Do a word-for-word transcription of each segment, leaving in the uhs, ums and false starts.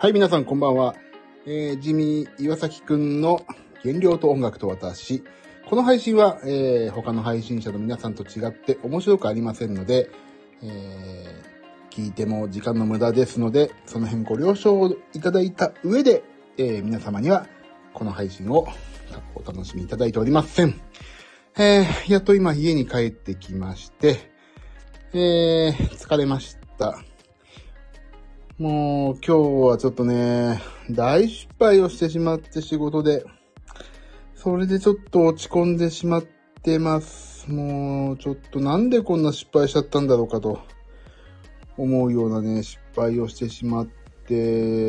はい、皆さんこんばんは。えー、ジミー岩崎くんの原料と音楽と私。この配信は、えー、他の配信者の皆さんと違って面白くありませんので、えー、聞いても時間の無駄ですので、その辺ご了承いただいた上で、えー、皆様にはこの配信をお楽しみいただいておりません。えー、やっと今家に帰ってきまして、えー、疲れました。もう今日はちょっとね、大失敗をしてしまって仕事で、それでちょっと落ち込んでしまってます。もうちょっとなんでこんな失敗しちゃったんだろうかと思うようなね、失敗をしてしまって、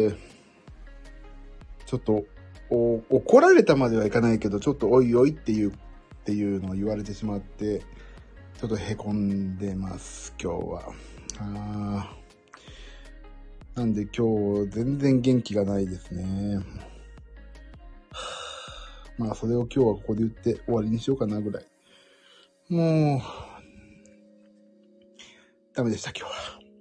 ちょっとお怒られたまではいかないけど、ちょっとおいおいっていう、っていうのを言われてしまって、ちょっと凹んでます、今日は。あーなんで今日全然元気がないですね。まあそれを今日はここで言って終わりにしようかなぐらい。もう、ダメでした今日は。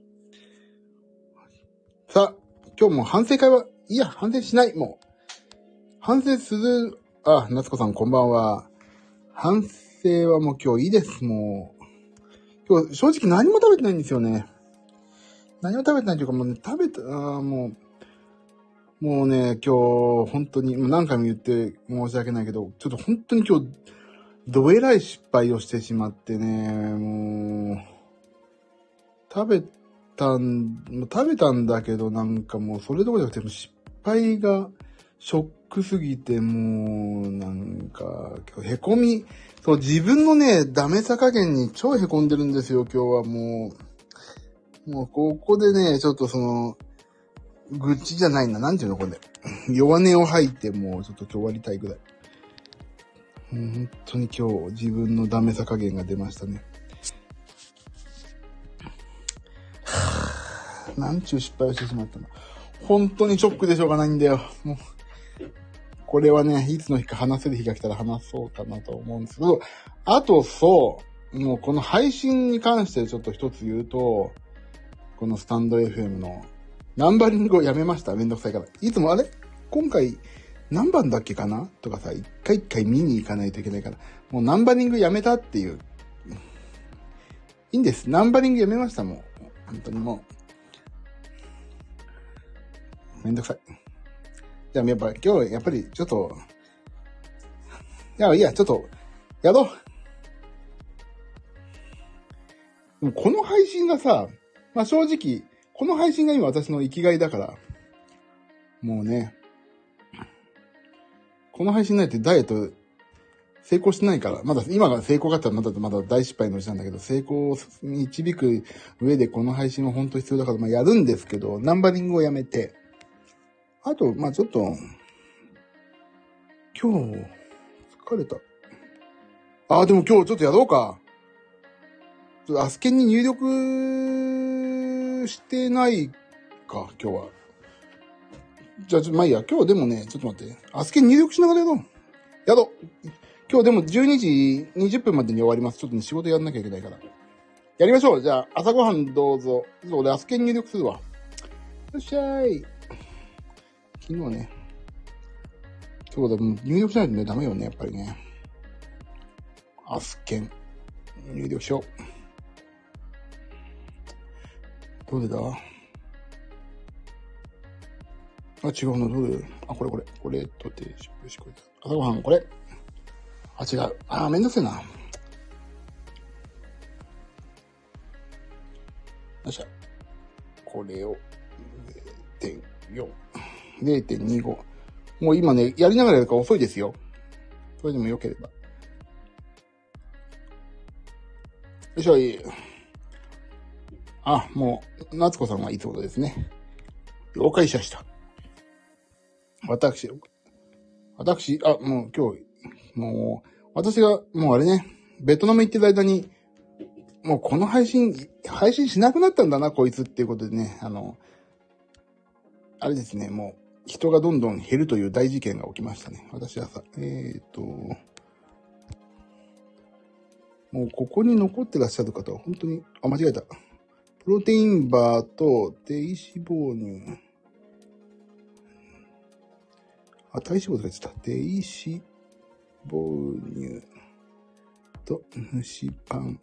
さあ、今日も反省会は、いや、反省しない、もう。反省する、あ、夏子さんこんばんは。反省はもう今日いいです、もう。今日正直何も食べてないんですよね。何も食べてないというかもうね、食べた、あもう、もうね、今日、本当に、もう何回も言って申し訳ないけど、ちょっと本当に今日、どえらい失敗をしてしまってね、もう、食べたん、食べたんだけど、なんかもうそれどころじゃなくて、失敗がショックすぎて、もう、なんか、今日へこみ、そう自分のね、ダメさ加減に超へこんでるんですよ、今日はもう。もうここでね、ちょっとその、愚痴じゃないな、なんていうのこれ。弱音を吐いて、もうちょっと今日終わりたいぐらい。本当に今日自分のダメさ加減が出ましたね。なんちゅう失敗をしてしまったの。本当にショックでしょうがないんだよ。もうこれはね、いつの日か話せる日が来たら話そうかなと思うんですけど、あとそう、もうこの配信に関してちょっと一つ言うと、このスタンド エフエム のナンバリングをやめました。めんどくさいから。いつもあれ今回何番だっけかなとかさ、一回一回見に行かないといけないから、もうナンバリングやめたっていう。いいんです。ナンバリングやめました、もう。本当にもう。めんどくさい。じゃあやっぱ今日やっぱりちょっと、いやいいや、ちょっと、やろう。でもこの配信がさ、まあ正直、この配信が今私の生きがいだから、もうね、この配信ないってダイエット成功してないから、まだ今が成功があったらまだまだ大失敗のうちなんだけど、成功を導く上でこの配信は本当必要だから、まあやるんですけど、ナンバリングをやめて、あと、まあちょっと、今日、疲れた。ああ、でも今日ちょっとやろうか。ちょっとアスケンに入力してないか、今日は。じゃあ、まあいいや、今日でもね、ちょっと待って。アスケン入力しながらやろう。やろう。今日でもじゅうにじにじゅっぷんまでに終わります。ちょっとね、仕事やんなきゃいけないから。やりましょう。じゃあ、朝ごはんどうぞ。俺、アスケン入力するわ。よっしゃーい。昨日ね。今日でも入力しないとね、ダメよね、やっぱりね。アスケン。入力しよう。どれだあ、違うの、どれあ、これこれ。これとて、よし、これ。朝ごはん、これ。あ、違う。あ、めんどくせえな。よっしゃ。これを、れいてんよん。れいてんにご。もう今ね、やりながらやるから遅いですよ。それでも良ければ。よいしょい。あ、もう、夏子さんはいつもですね。了解しました。私、私、あ、もう今日、もう、私が、もうあれね、ベトナム行ってる間に、もうこの配信、配信しなくなったんだな、こいつっていうことでね、あの、あれですね、もう、人がどんどん減るという大事件が起きましたね。私はさ、えーと、もうここに残ってらっしゃる方は本当に、あ、間違えた。プロテインバーと低脂肪乳。 あ、体脂肪とか言ってた。低脂肪乳と蒸しパン。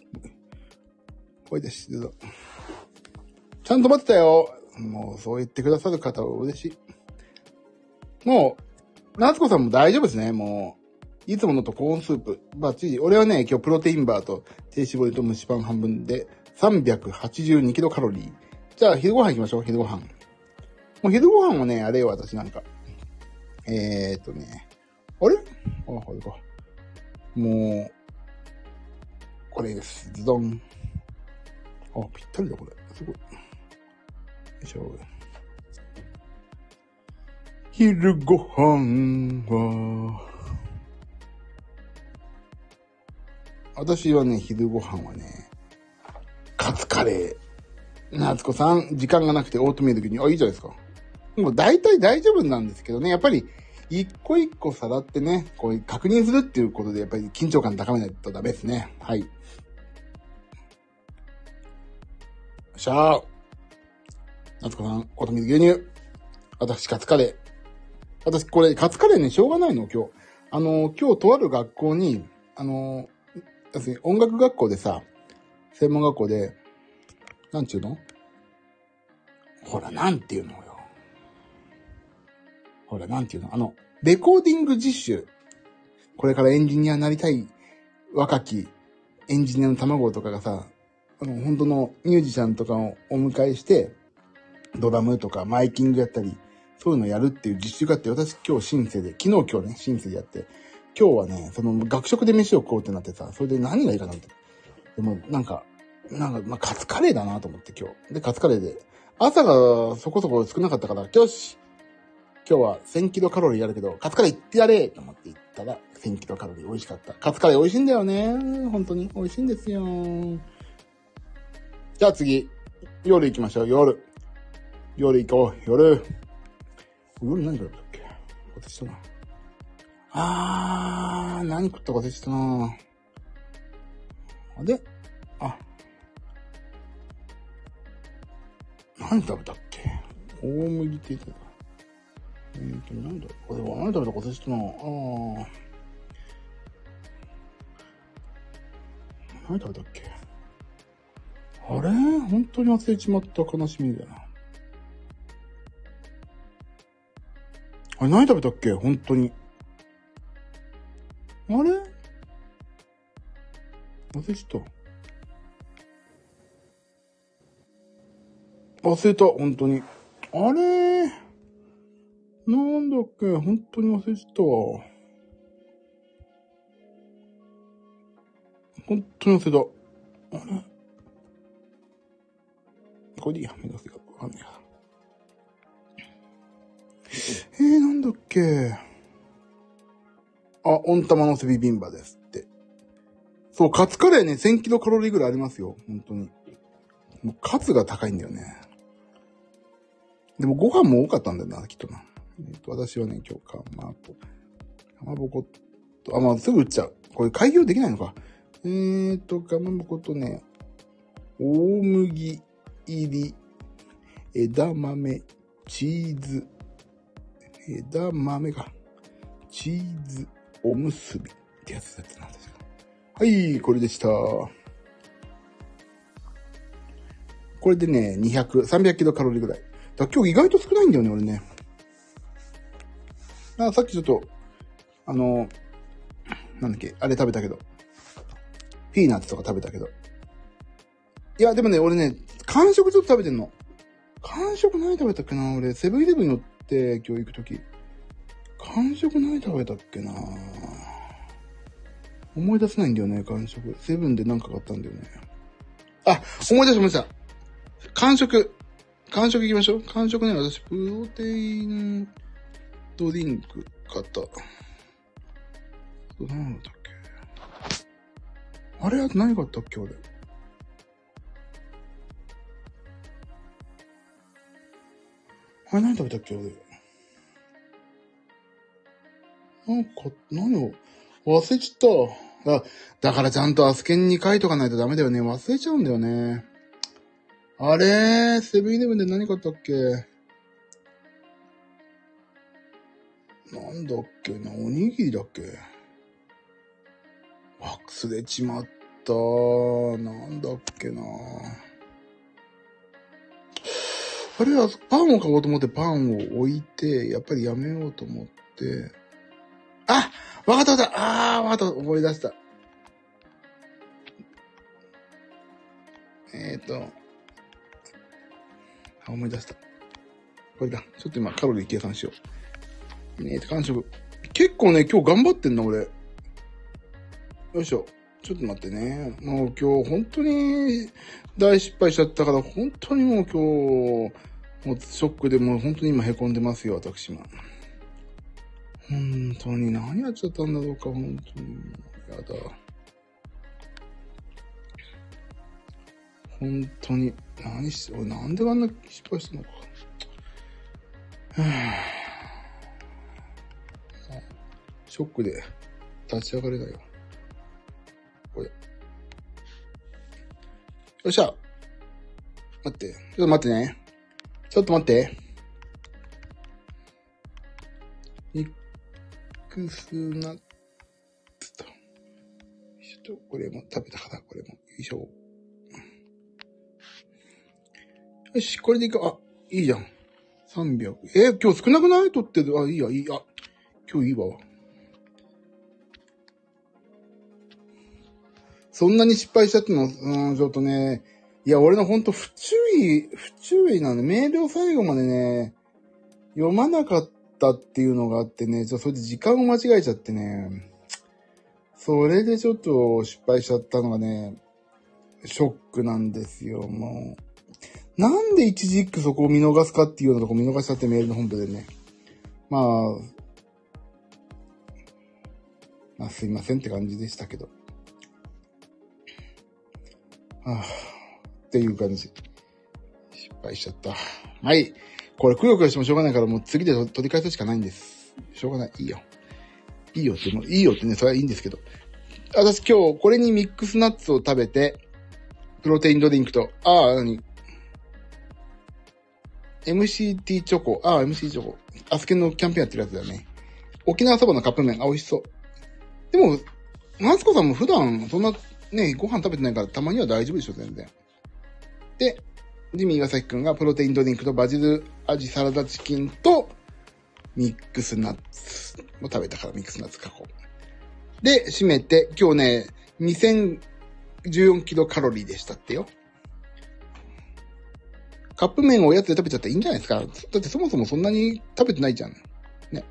声出してるぞ。ちゃんと待ってたよ。もうそう言ってくださる方は嬉しい。もう、夏子さんも大丈夫ですね。もう、いつものとコーンスープ。バッチリ。俺はね、今日プロテインバーと低脂肪乳と蒸しパン半分でさんびゃくはちじゅうにキロカロリー。じゃあ昼ご飯行きましょう。昼ご飯。もう昼ご飯はね、あれよ、私なんか。えーっとね。あれあ、これか。もう、これです。ズドン。あ、ぴったりだ、これ。すごい。よいしょ。昼ご飯は、私はね、昼ご飯はね、カツカレー。夏子さん、時間がなくてオートミール牛乳。あ、いいじゃないですか。もう大体大丈夫なんですけどね、やっぱり、一個一個さらってね、こう確認するっていうことで、やっぱり緊張感高めないとダメですね。はい。しゃー。夏子さん、オートミール牛乳。私、カツカレー。私、これ、カツカレーね、しょうがないの、今日。あの、今日、とある学校に、あの、要するに音楽学校でさ、専門学校で、なんちゅうの？ほら、なんていうのよ。ほら、なんていうの？あの、レコーディング実習。これからエンジニアになりたい若きエンジニアの卵とかがさ、あの、本当のミュージシャンとかをお迎えして、ドラムとかマイキングやったり、そういうのやるっていう実習があって、私今日シンセで、昨日今日ね、シンセでやって、今日はね、その学食で飯を食おうってなってさ、それで何がいいかなって。でもなんか、なんか、まあ、カツカレーだなと思って今日。で、カツカレーで、朝がそこそこ少なかったから、よし今日はせんキロカロリーやるけど、カツカレー行ってやれと思って行ったら、せんキロカロリー美味しかった。カツカレー美味しいんだよね。本当に美味しいんですよ。じゃあ次、夜行きましょう、夜。夜行こう、夜。夜何食べたっけ？忘れしたな。あー、何食ったか忘れしたな。あれあ、何食べたっけ？大麦って言ってた。えーと、何だこれは何食べたか忘れしたな。あー。何食べたっけ？あれ本当に忘れちまった悲しみだな。あれ何食べたっけ本当に。あれ忘れちゃった。忘れた、本当に。あれなんだっけ本当に忘れちゃったわ。本当に忘れた。あれこれでいいや、めんどくせえからわかんないや。えー、なんだっけあ、温玉のせビビンバですって。そう、カツカレーね、せんキロカロリーぐらいありますよ。本当に。もうカツが高いんだよね。でもご飯も多かったんだよな、きっとな。えー、と私はね、今日かまぼ、かまぼこと、あ、まあ、すぐ売っちゃう。これ開業できないのか。えーと、かまぼことね、大麦入り、枝豆、チーズ、枝豆が、チーズ、おむすびってやつだったな、確か。はい、これでした。これでね、にひゃく、さんびゃくキロカロリーぐらい。だ今日意外と少ないんだよね、俺ね。あ、さっきちょっと、あの、なんだっけ、あれ食べたけど。ピーナッツとか食べたけど。いや、でもね、俺ね、間食ちょっと食べてんの。間食何食べたっけな俺、セブンイレブンに乗って今日行くとき。間食何食べたっけな思い出せないんだよね、間食。セブンで何か買ったんだよね。あ、思い出しました。間食。間食行きましょう。間食ね、私、プロテインドリンク買った。何だったっけあれあと何買ったっけ俺。あれ何食べたっけ俺。なんか、何を、忘れちゃった。あ、だからちゃんとアスケンに書いとかないとダメだよね。忘れちゃうんだよね。あれセブンイレブンで何買ったっけなんだっけな、おにぎりだっけ。忘れちまった。なんだっけな。あれはパンを買おうと思ってパンを置いて、やっぱりやめようと思って。あ、わかったわかった。あー、わかった。思い出した。えーと。あ、思い出した。これだ。ちょっと今カロリー計算しよう。ねえ、完食。結構ね、今日頑張ってんな、俺。よいしょ。ちょっと待ってね。もう今日本当に大失敗しちゃったから、本当にもう今日、もうショックでもう本当に今凹んでますよ、私も。本当に何やっちゃったんだろうか、本当に。やだ。本当に、何し、俺なんであんな失敗したのか。はぁ。ショックで立ち上がれないよ。これ。よっしゃ。待って。ちょっと待ってね。ちょっと待って。ミックスナッツと。ちょっとこれも食べたから、これも。よいしょ。よし、これでいいか。あ、いいじゃん。さんびゃく。えー、今日少なくないとってる。あ、いいや、いいや。今日いいわ。そんなに失敗しちゃったの、うん、ちょっとね。いや、俺のほんと不注意、不注意なの。メールを最後までね、読まなかったっていうのがあってね、ちょっとそれで時間を間違えちゃってね。それでちょっと失敗しちゃったのがね、ショックなんですよ、もう。なんで一時そこを見逃すかっていうようなとこ見逃しちゃってメールの本部でね。まあ、まあすいませんって感じでしたけど。はぁ、っていう感じ。失敗しちゃった。はい。これくよくよしてもしょうがないからもう次で取り返すしかないんです。しょうがない。いいよ。いいよっても、いいよってね、それはいいんですけど。私今日これにミックスナッツを食べて、プロテインドリンクと、ああ、何 エムシーティー チョコ。ああ、エムシー チョコ。アスケンのキャンペーンやってるやつだよね。沖縄そばのカップ麺。あ、美味しそう。でも、マツコさんも普段そんなね、ご飯食べてないからたまには大丈夫でしょ、全然。で、ジミー岩崎くんがプロテインドリンクとバジル味サラダチキンとミックスナッツも食べたからミックスナッツ加工。で、締めて、今日ね、にせんじゅうよんキロカロリーでしたってよ。カップ麺をおやつで食べちゃっていいんじゃないですか。だってそもそもそんなに食べてないじゃん。ね。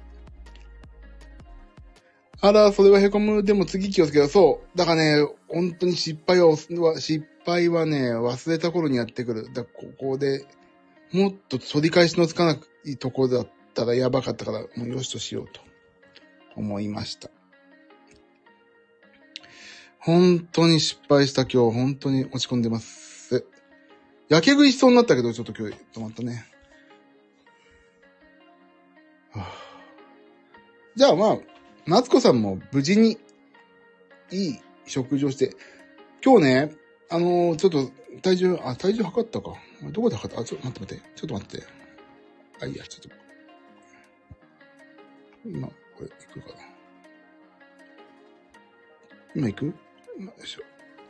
あら、それは凹む。でも次気をつけよう。そう。だからね、本当に失敗は、失敗はね、忘れた頃にやってくる。だからここで、もっと取り返しのつかないところだったらやばかったから、もうよしとしようと思いました。本当に失敗した今日、本当に落ち込んでます。やけ食いしそうになったけど、ちょっと今日止まったね。はあ、じゃあまあ、夏子さんも無事にいい食事をして、今日ね、あのー、ちょっと体重、あ、体重測ったか。どこで測った？あ、ちょっと待って待って。ちょっと待って。あ、いいや、ちょっと。今、これ、行くかな。今行く？よいしょ。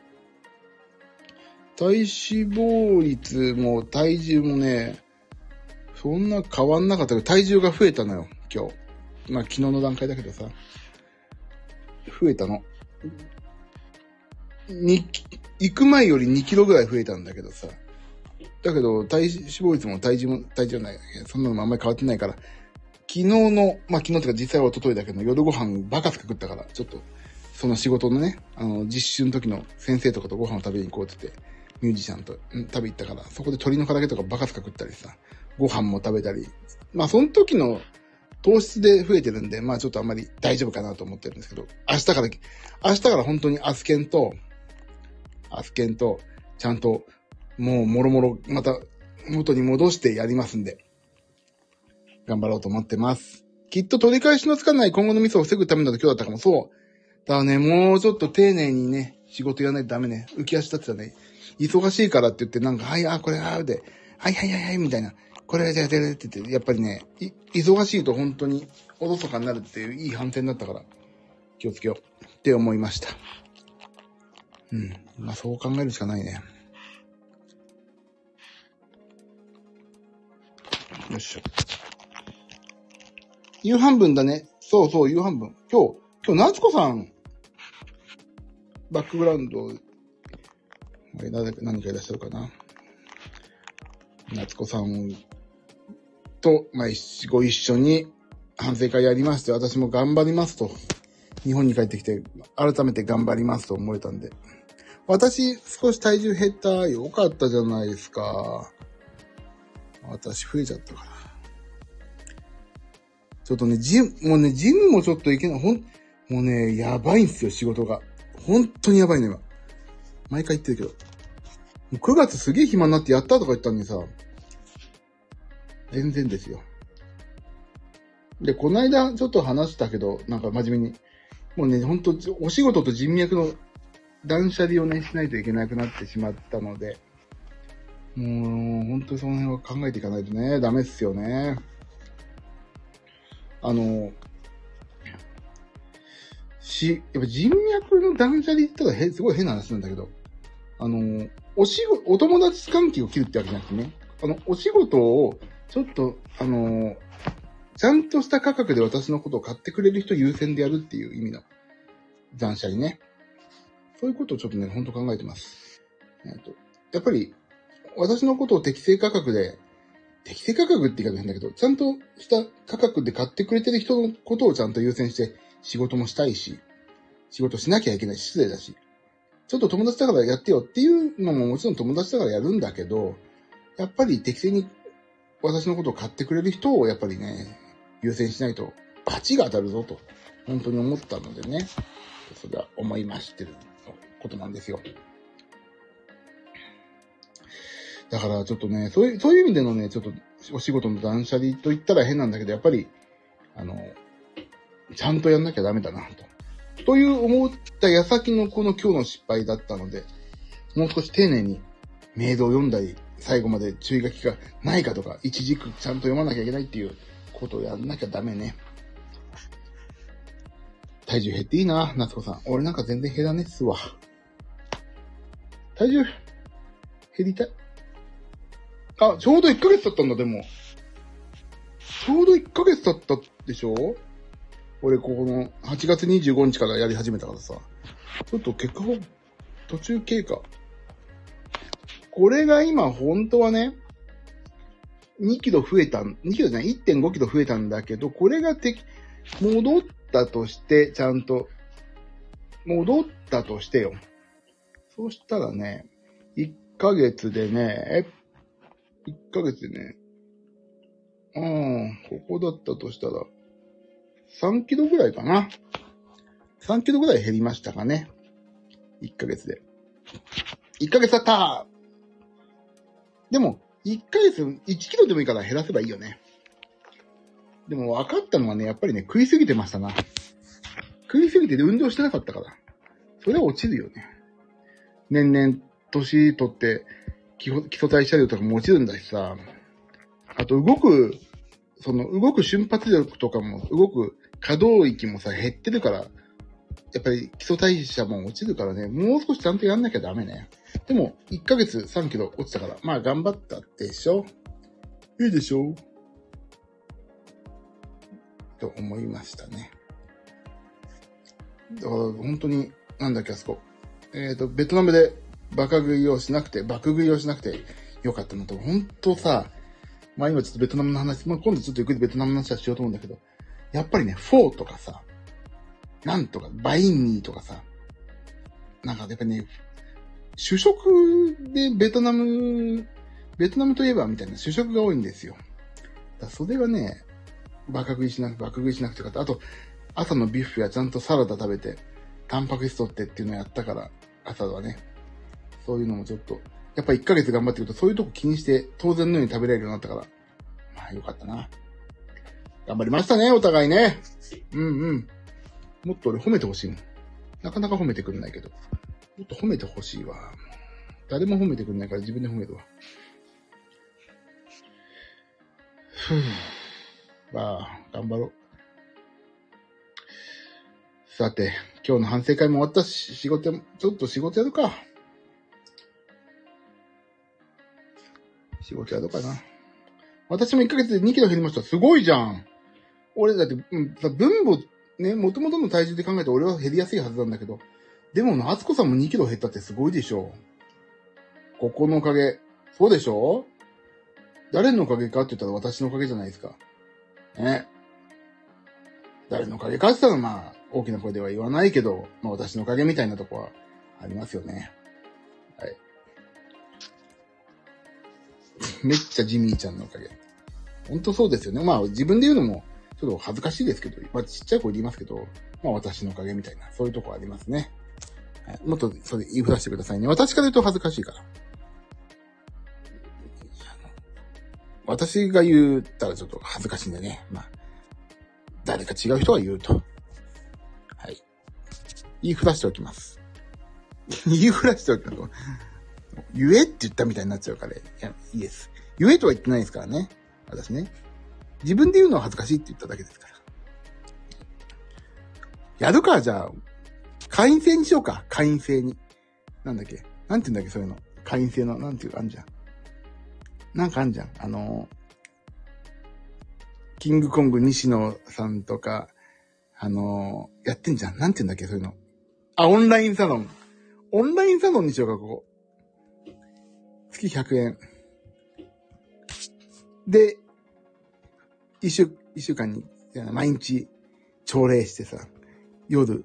体脂肪率も体重もね、そんな変わんなかったけど、体重が増えたのよ、今日。まあ昨日の段階だけどさ。増えたの。に、行く前よりにキロぐらい増えたんだけどさ。だけど、体脂肪率も体重も、体重ない。そんなのもあんまり変わってないから。昨日の、まあ昨日とか実際は一昨日だけど、夜ご飯バカすか食ったから、ちょっと、その仕事のね、あの、実習の時の先生とかとご飯を食べに行こうって言って、ミュージシャンと食べ行ったから、そこで鶏の唐揚げとかバカすか食ったりさ、ご飯も食べたり。まあその時の糖質で増えてるんで、まあちょっとあんまり大丈夫かなと思ってるんですけど、明日から、明日から本当にアスケンと、アスケンと、ちゃんと、もうもろもろ、また元に戻してやりますんで、頑張ろうと思ってます。きっと取り返しのつかない今後のミスを防ぐためだと今日だったかも。そう。だからね、もうちょっと丁寧にね、仕事やらないとダメね。浮き足立ってたね。忙しいからって言ってなんか、はい、あ、これ、あ、で、はいはいはいはい、みたいな。 これじゃあ出るって言って、やっぱりね、い忙しいと本当におろそかになるっていういい反省になったから、気をつけようって思いました。うん。まあそう考えるしかないね。よいしょ。夕飯分だね。そうそう、夕飯分。今日、今日、夏子さん、バックグラウンド、何かいらっしゃるかな。夏子さんと、まあ、ご一緒に反省会やりまして、私も頑張りますと。日本に帰ってきて、改めて頑張りますと思えたんで。私、少し体重減った。よかったじゃないですか。私、増えちゃったから。ちょっとね、ジム、もうね、ジムもちょっといけない。ほん、もうね、やばいんすよ、仕事が。本当にやばいの今。毎回言ってるけど。もうくがつすげえ暇になってやったとか言ったのにさ、全然ですよ。で、この間ちょっと話したけど、なんか真面目に。もうね、ほんと、お仕事と人脈の断捨離をね、しないといけなくなってしまったので、もう、ほんとその辺は考えていかないとね、ダメっすよね。あの、し、やっぱ人脈の断捨離って言ったらへ、すごい変な話なんだけど、あの、お仕事、お友達関係を切るってわけじゃなくてね、あの、お仕事を、ちょっと、あの、ちゃんとした価格で私のことを買ってくれる人優先でやるっていう意味の断捨離ね。そういうことをちょっとね、ほんと考えてます。えっと、やっぱり、私のことを適正価格で、適正価格って言い方変だけど、ちゃんとした価格で買ってくれてる人のことをちゃんと優先して仕事もしたいし、仕事しなきゃいけないし失礼だし、ちょっと友達だからやってよっていうのももちろん友達だからやるんだけど、やっぱり適正に私のことを買ってくれる人をやっぱりね、優先しないとバチが当たるぞと、本当に思ったのでね、それは思いましてることなんですよ。だからちょっとね、そういう、そういう意味でのね、ちょっとお仕事の断捨離と言ったら変なんだけど、やっぱり、あの、ちゃんとやんなきゃダメだなと。という思った矢先のこの今日の失敗だったので、もう少し丁寧にメールを読んだり、最後まで注意書きがないかとか、一軸ちゃんと読まなきゃいけないっていうことをやんなきゃダメね。体重減っていいな、夏子さん。俺なんか全然減らねっすわ。体重、減りたい。あ、ちょうどいっかげつ経ったんだ、でも。ちょうどいっかげつ経ったでしょ？俺、ここのはちがつにじゅうごにちからやり始めたからさ。ちょっと結果を、途中経過。これが今、本当はね、にキロ増えた、にキロじゃない、いってんごキロ増えたんだけど、これがて、戻ったとして、ちゃんと、戻ったとしてよ。そうしたらね、いっかげつでね、いっかげつでね、うん、ここだったとしたら、さんキロぐらいかな。さんキロぐらい減りましたかね。いっかげつで。いっかげつ経ったでも、いっかげついちキロでもいいから減らせばいいよね。でも分かったのはね、やっぱりね、食いすぎてましたな。食いすぎて運動してなかったから。それは落ちるよね。年々、年取って、基礎代謝量とかも落ちるんだしさ。あと、動く、その、動く瞬発力とかも、動く可動域もさ、減ってるから、やっぱり基礎代謝も落ちるからね、もう少しちゃんとやんなきゃダメね。でも、いっかげつさんキロ落ちたから、まあ頑張ったでしょ？いいでしょ？と思いましたね。だから本当に、なんだっけあそこ。えっと、ベトナムでバカ食いをしなくて、爆食いをしなくてよかったのと、本当さ、まあ今ちょっとベトナムの話、まあ今度ちょっとゆっくりベトナムの話はしようと思うんだけど、やっぱりね、フォーとかさ、なんとか、バインミーとかさ、なんかやっぱね、主食でベトナム、ベトナムといえばみたいな主食が多いんですよ。だからそれがね、バカ食いしなくて、バカ食いしなくてよかった。あと、朝のビュッフェはちゃんとサラダ食べて、タンパク質取ってっていうのをやったから、朝はね。そういうのもちょっと、やっぱいっかげつ頑張ってくると、そういうとこ気にして、当然のように食べれるようになったから、まあよかったな。頑張りましたね、お互いね。うんうん。もっと俺褒めてほしいの。なかなか褒めてくれないけど。もっと褒めてほしいわ。誰も褒めてくれないから自分で褒めるわ。 ふぅ。まあ、頑張ろう。さて、今日の反省会も終わったし、仕事、ちょっと仕事やるか。仕事やろうかな。私もいっかげつでにキロ減りました。すごいじゃん。俺だって、うん、さ、分母、ね、元々の体重で考えて俺は減りやすいはずなんだけど。でも、夏子さんもにキロ減ったってすごいでしょ。ここのおかげ。そうでしょ？誰のおかげかって言ったら私のおかげじゃないですか。ね。誰のおかげかって言ったらまあ、大きな声では言わないけど、まあ私のおかげみたいなとこはありますよね。はい。めっちゃジミーちゃんのおかげ。ほんとそうですよね。まあ自分で言うのもちょっと恥ずかしいですけど、まあちっちゃい声で言いますけど、まあ私のおかげみたいな、そういうとこありますね。はい、もっとそれ言いふらしてくださいね。私から言うと恥ずかしいから。私が言ったらちょっと恥ずかしいんでね。まあ、誰か違う人が言うと。はい。言いふらしておきます。言いふらしておきます。言えって言ったみたいになっちゃうから、いや、いいです。言えとは言ってないですからね。私ね。自分で言うのは恥ずかしいって言っただけですから。やるか、じゃあ、会員制にしようか。会員制に。なんだっけ。なんて言うんだっけ、そういうの。会員制の、なんていうかあんじゃん。なんかあんじゃん。あの、キングコング西野さんとか、あの、やってんじゃん。なんて言うんだっけ、そういうの。あ、オンラインサロン。オンラインサロンにしようか、ここ。月ひゃくえん。で、一週、一週間に、毎日、朝礼してさ、夜、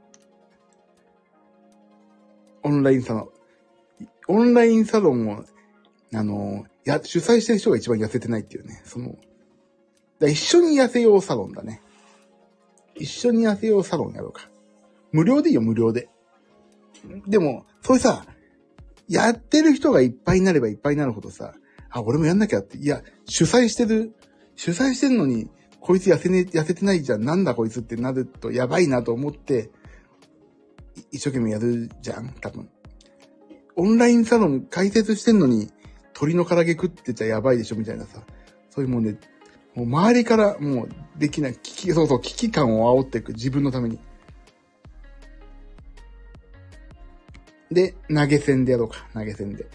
オンラインサロン、オンラインサロンを、あの、や、主催してる人が一番痩せてないっていうね、その、だ一緒に痩せようサロンだね。一緒に痩せようサロンやろうか。無料でいいよ、無料で。でも、そういうさ、やってる人がいっぱいになればいっぱいになるほどさ、あ、俺もやんなきゃって、いや、主催してる、主催してるのに、こいつ痩せね、痩せてないじゃん、なんだこいつってなるとやばいなと思って、一生懸命やるじゃん、多分。オンラインサロン開設してんのに、鳥の唐揚げ食ってちゃやばいでしょ、みたいなさ。そういうもんで、もう周りからもうできない、危機、そうそう、危機感を煽っていく、自分のために。で、投げ銭でやろうか、投げ銭で。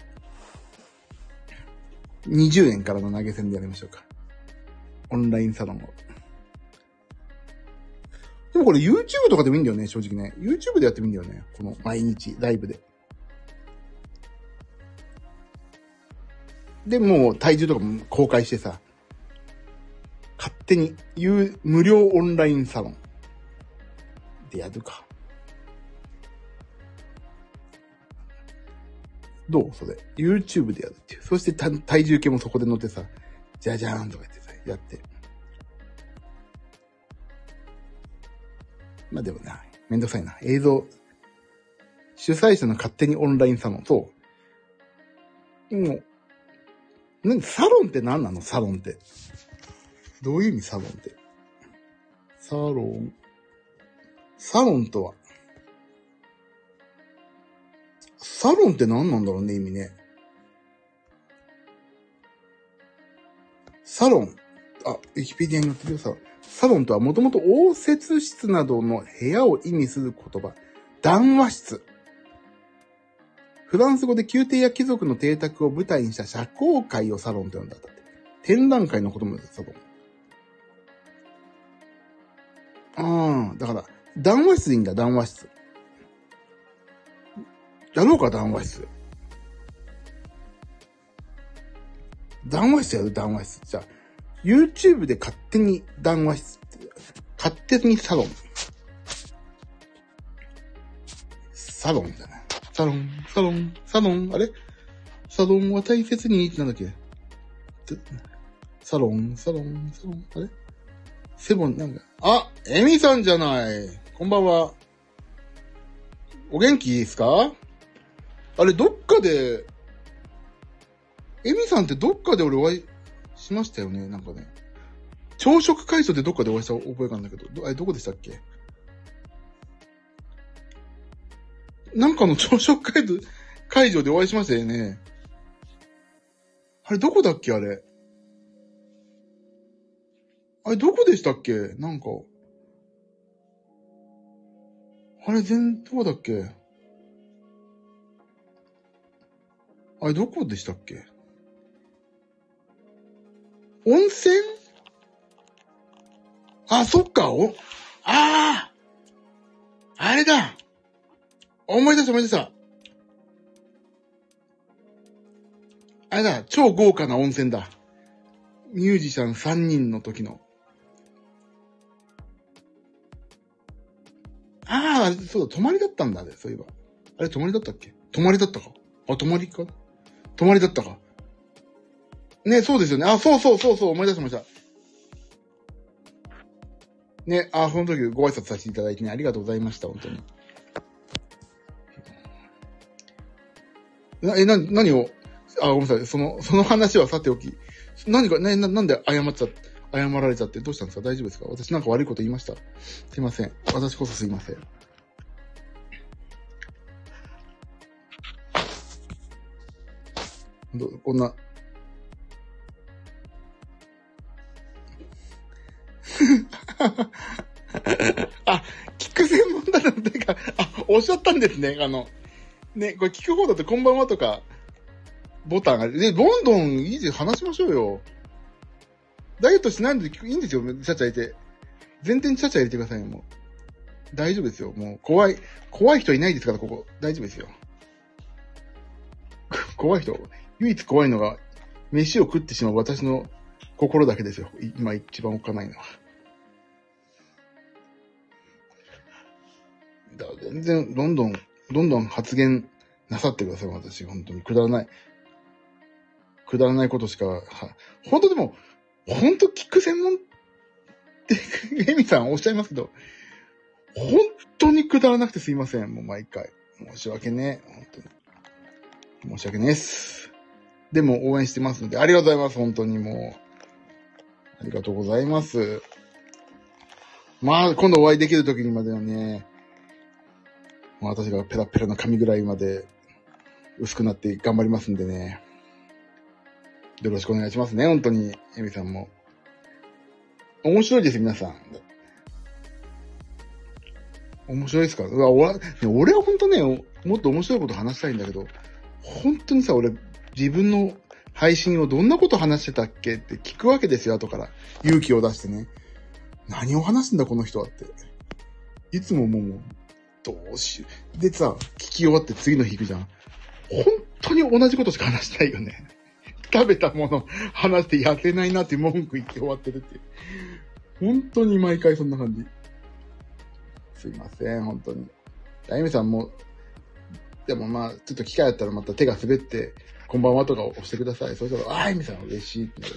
にじゅうえんからの投げ銭でやりましょうか。オンラインサロンを。でもこれ YouTube とかでもいいんだよね、正直ね。YouTube でやってもいいんだよね。この毎日、ライブで。で、もう体重とかも公開してさ、勝手に言う無料オンラインサロンでやるか。どうそれ。YouTube でやるっていう。そして体重計もそこで乗ってさ、じゃじゃーんとか言ってさ、やって。まあでもな、めんどくさいな。映像。主催者の勝手にオンラインサロン。そう。もう、何サロンって何なのサロンって。どういう意味サロンって。サロン。サロンとは。サロンって何なんだろうね、意味ね。サロン。あ、ウィキペディアに載ってるよ、サロン。サロンとはもともと応接室などの部屋を意味する言葉。談話室。フランス語で宮廷や貴族の邸宅を舞台にした社交界をサロンと呼んだんだって。展覧会のこともです、サロン。ああ、だから、談話室でいいんだ、談話室。やろうか、談話室。談話室やる、談話室。じゃあ、YouTube で勝手に談話室。勝手にサロン。サロンじゃない。サロン、サロン、サロン、あれサロンは大切にってなんだっけサロン、サロン、サロン、あれセボン、なんか、あ、エミさんじゃない。こんばんは。お元気ですか？あれ、どっかで、エミさんってどっかで俺お会いしましたよね、なんかね。朝食会場でどっかでお会いした覚えがあるんだけど、ど、あれどこでしたっけ？なんかの朝食会場、会場でお会いしましたよね。あれ、どこだっけあれ。 あれ、どこでしたっけ？なんか。あれ、全、どこだっけ？あれ、どこでしたっけ？温泉？あ、そっか、お、あああれだ、思い出した思い出した。あれだ、超豪華な温泉だ。ミュージシャンさんにんの時の。ああ、そうだ、泊まりだったんだね、そういえば。あれ、泊まりだったっけ？泊まりだったか？あ、泊まりか？泊まりだったか。ね、そうですよね。あ、そうそうそうそう、思い出しました。ね、あ、その時ご挨拶させていただいてね、ありがとうございました、本当に。な、え、な、何を、あ、ごめんなさい、その、その話はさておき。何か、な、ななんで謝っちゃ、謝られちゃってどうしたんですか？大丈夫ですか？私なんか悪いこと言いました？すいません。私こそすいません。どこんな。あ、聞く専門だなんてか、あ、おっしゃったんですね。あの、ね、これ聞く方だとこんばんはとか、ボタンがある。で、どんどんいいです話しましょうよ。ダイエットしないのでいいんですよ、チャチャ入れて。全然チャチャ入れてくださいよ、もう。大丈夫ですよ。もう、怖い、怖い人いないですから、ここ。大丈夫ですよ。怖い人。唯一怖いのが、飯を食ってしまう私の心だけですよ。今一番おっかないのは。だから全然、どんどん、どんどん発言なさってください、私。本当に。くだらない。くだらないことしか、は、本当でも、本当聞く専門って、エミさんおっしゃいますけど、本当にくだらなくてすいません。もう毎回。申し訳ねえ。本当に。申し訳ねえっす。でも応援してますので、ありがとうございます。本当にもう。ありがとうございます。まあ、今度お会いできる時にまではね、私がペラペラな髪ぐらいまで薄くなって頑張りますんでね。よろしくお願いしますね。本当に。エミさんも。面白いです、皆さん。面白いですか？うわ、俺、俺は本当ね、もっと面白いこと話したいんだけど、本当にさ、俺、自分の配信をどんなこと話してたっけって聞くわけですよ、後から。勇気を出してね。何を話すんだ、この人はって。いつももう、どうしよう。でさ、聞き終わって次の日行くじゃん。本当に同じことしか話してないよね。食べたもの話して痩せないなって文句言って終わってるっていう。本当に毎回そんな感じ。すいません、本当に。あゆみさんも、でもまあ、ちょっと機会あったらまた手が滑って、こんばんはとか押してください。そしたら、あ、あゆみさん嬉しいってなる。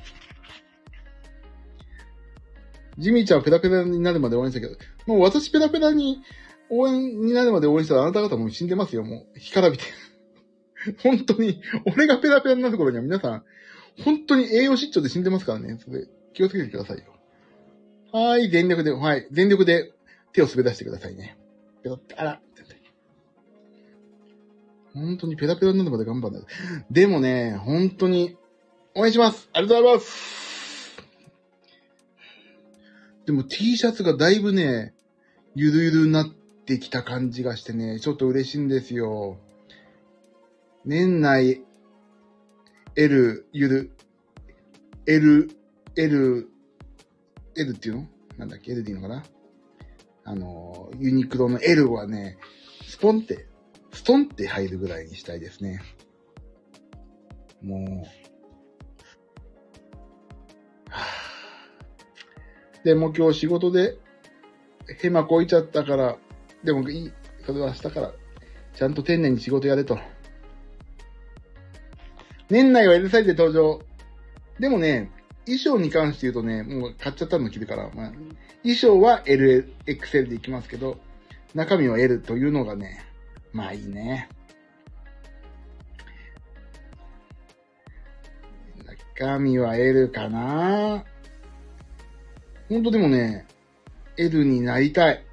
ジミーちゃんはペラペラになるまで応援したけど、もう私ペラペラに応援になるまで応援したらあなた方もう死んでますよ、もう。干からびて。本当に、俺がペラペラになる頃には皆さん、本当に栄養失調で死んでますからね。それ、気をつけてくださいよ。はーい、全力で、はい、全力で手を滑らしてくださいね。ペロッて、あら、本当にペラペラになるまで頑張るんだ。でもね、本当に、応援します。ありがとうございます。でも T シャツがだいぶね、ゆるゆるになってきた感じがしてね、ちょっと嬉しいんですよ。年内、L、ゆる、L、L、L っていうのなんだっけ ?L でいいのかなあの、ユニクロの L はね、スポンって、ストンって入るぐらいにしたいですね。もう、はぁでも今日仕事でヘマこいちゃったから、でもいい、それは明日から、ちゃんと丁寧に仕事やれと。年内は L サイズで登場。でもね、衣装に関して言うとね、もう買っちゃったの着るから、まあ、衣装は エルエックスエル でいきますけど、中身は L というのがね、まあいいね。中身は L かな。ほんとでもね、L になりたい。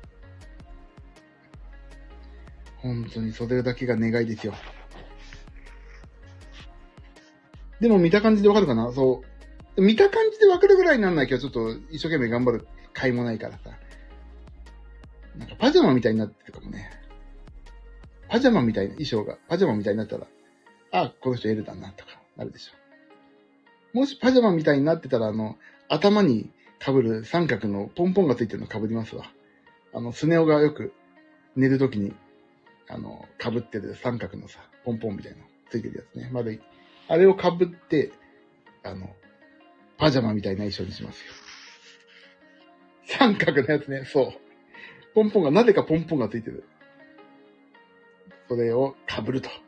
本当にそれだけが願いですよ。でも見た感じでわかるかな？そう。 見た感じで分かるぐらいになんないけど、ちょっと一生懸命頑張る甲斐もないからさ。なんかパジャマみたいになってるかもね。パジャマみたいな衣装が、パジャマみたいになったら、あ、この人 L だなとかなるでしょ。もしパジャマみたいになってたら、あの、頭に被る三角のポンポンがついてるの被りますわ。あの、スネ夫がよく寝るときに、あの、被ってる三角のさ、ポンポンみたいなついてるやつね。丸い。あれを被って、あの、パジャマみたいな衣装にしますよ。三角のやつね、そう。ポンポンが、なぜかポンポンがついてる。それを被ると。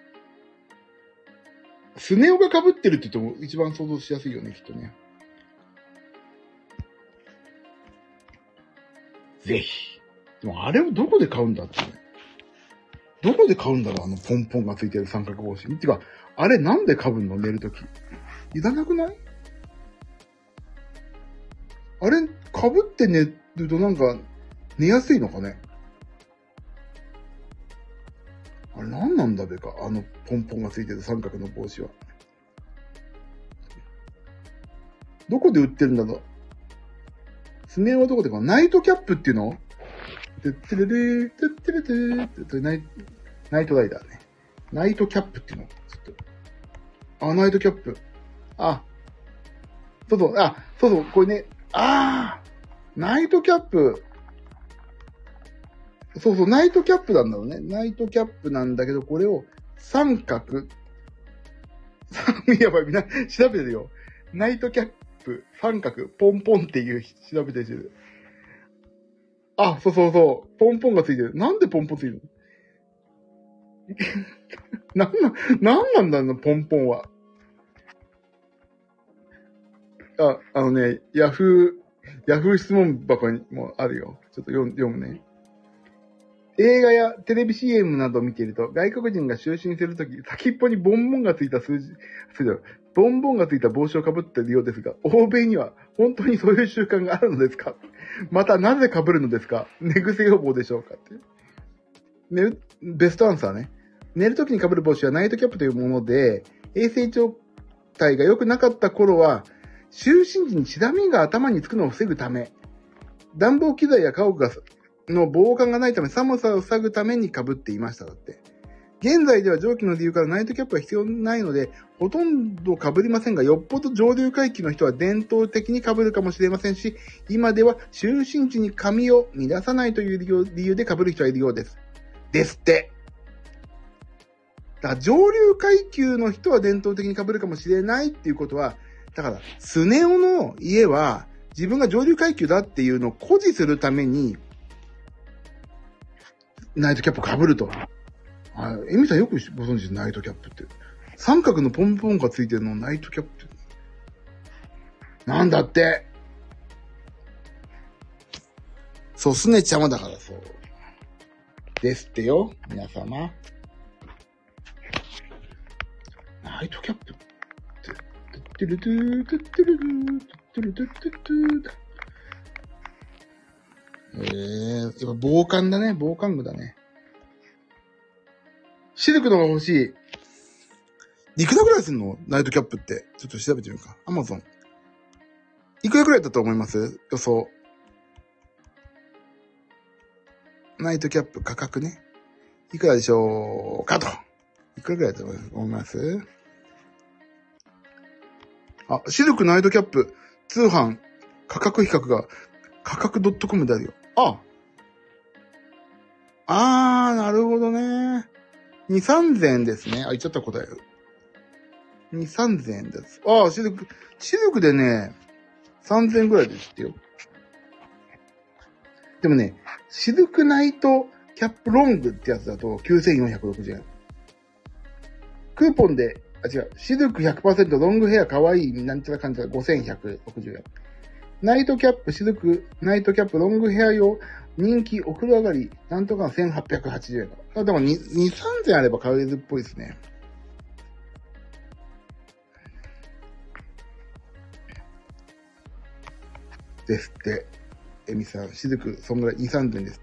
スネ夫が被ってるって言っても一番想像しやすいよね、きっとね。ぜひ。でもあれをどこで買うんだってね。どこで買うんだろう、あのポンポンがついてる三角帽子。ってか、あれなんで被るの、寝るとき。いらなくない？あれ、被って寝るとなんか、寝やすいのかね。あれ何なんだべか、あのポンポンがついてる三角の帽子は。どこで売ってるんだろう。スネ夫はどこで買うの？ナイトキャップっていうの？てってれれー、てってれてーってナイ、ナイトライダーね。ナイトキャップっていうの？ちょっと。あ、ナイトキャップ。あ、そうそう、あ、そうそう、これね、あー、ナイトキャップ。そうそう、ナイトキャップなんだろうね。ナイトキャップなんだけど、これを三角。やばい、みんな調べてるよ。ナイトキャップ、三角、ポンポンっていう調べてる。あ、そうそうそう。ポンポンがついてる。なんでポンポンついてるの？なんな、なんなんだろう、ポンポンは。あ、あのね、ヤフー、ヤフー質問箱にもあるよ。ちょっと読む、読むね。映画やテレビ シーエム などを見ていると、外国人が就寝するとき、先っぽにボンボンがついた数字、数字ボンボンがついた帽子をかぶっているようですが、欧米には本当にそういう習慣があるのですか？またなぜかぶるのですか？寝癖予防でしょうかって。寝る、ベストアンサーね。寝るときにかぶる帽子はナイトキャップというもので、衛生状態が良くなかった頃は、就寝時にチラ見が頭につくのを防ぐため、暖房機材や家屋がの防寒がないため寒さを防ぐために被っていました。だって。現在では上記の理由からナイトキャップは必要ないので、ほとんど被りませんが、よっぽど上流階級の人は伝統的に被るかもしれませんし、今では就寝時に髪を乱さないという理由で被る人はいるようです。ですって。だから上流階級の人は伝統的に被るかもしれないっていうことは、だから、スネ夫の家は自分が上流階級だっていうのを誇示するために、ナイトキャップを被ると。あ、エミさんよくご存知です、ナイトキャップって。三角のポンポンがついてるのをナイトキャップって。なんだって。そう、スネちゃまだからそう。ですってよ、皆様。ナイトキャップって。トゥルトゥー、トゥトゥルトゥー、トゥルトゥトゥトゥー。えー、やっぱ防寒だね、防寒具だね。シルクのが欲しい。いくらぐらいするの？ナイトキャップって。ちょっと調べてみるか。アマゾン。いくらぐらいだと思います？予想。ナイトキャップ価格ね。いくらでしょうかと。いくらぐらいだと思います？あ、シルクナイトキャップ通販価格比較が価格 .com であるよ。ああー、なるほどね。に、さんぜんえんですね。あ、言っちゃった答え。に、さんぜんえんです。ああ、シルク、シルクでね、さんぜんえんぐらいですってよ。でもね、シルクナイトキャップロングってやつだときゅうせんよんひゃくろくじゅうえん。クーポンで、あ、違う、シルク ひゃくパーセント ロングヘアかわいいなんちゃらかんちゃらごせんひゃくろくじゅうえん。ナイトキャップ、シルク、ナイトキャップ、ロングヘア用、人気、お風呂上がり、なんとかせんはっぴゃくはちじゅうえん。あ、でもに、に、さんぜんあれば買えるっぽいですね。ですって。エミさん、シルク、そんぐらい、に、さんぜんですって。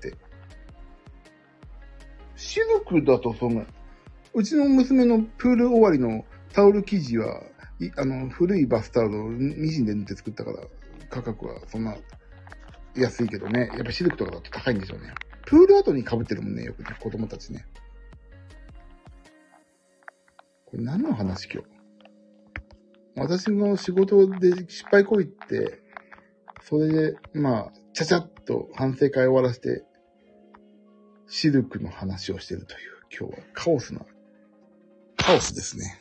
シルクだとそんぐらい。うちの娘のプール終わりのタオル生地は、あの、古いバスタオルをミシンで縫って作ったから、価格はそんな安いけどね。やっぱシルクとかだと高いんでしょうね。プール後に被ってるもんね、よくね、子供たちね。これ何の話今日？私の仕事で失敗行為って、それで、まあ、ちゃちゃっと反省会を終わらせて、シルクの話をしているという、今日はカオスな、カオスですね。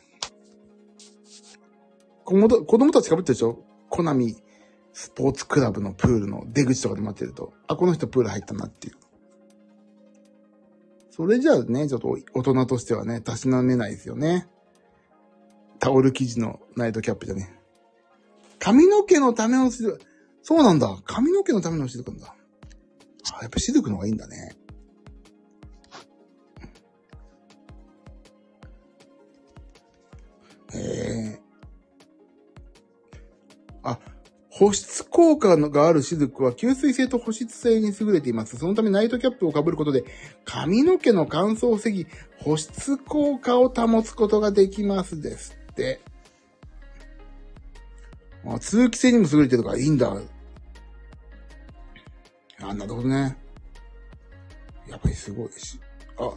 子供たち被ってるでしょ？コナミスポーツクラブのプールの出口とかで待ってると、あ、この人プール入ったなっていう。それじゃあね、ちょっと大人としてはね、たしなめないですよね。タオル生地のナイトキャップじゃね。髪の毛のためのシルク。そうなんだ。髪の毛のためのシルクなんだ。あ、やっぱシルクの方がいいんだね。へえ。あ、保湿効果があるシルクは吸水性と保湿性に優れています。そのためナイトキャップを被ることで髪の毛の乾燥を防ぎ、保湿効果を保つことができますですって。あ、通気性にも優れてるからいいんだ。あ、なるほどね。やっぱりすごいし。あ、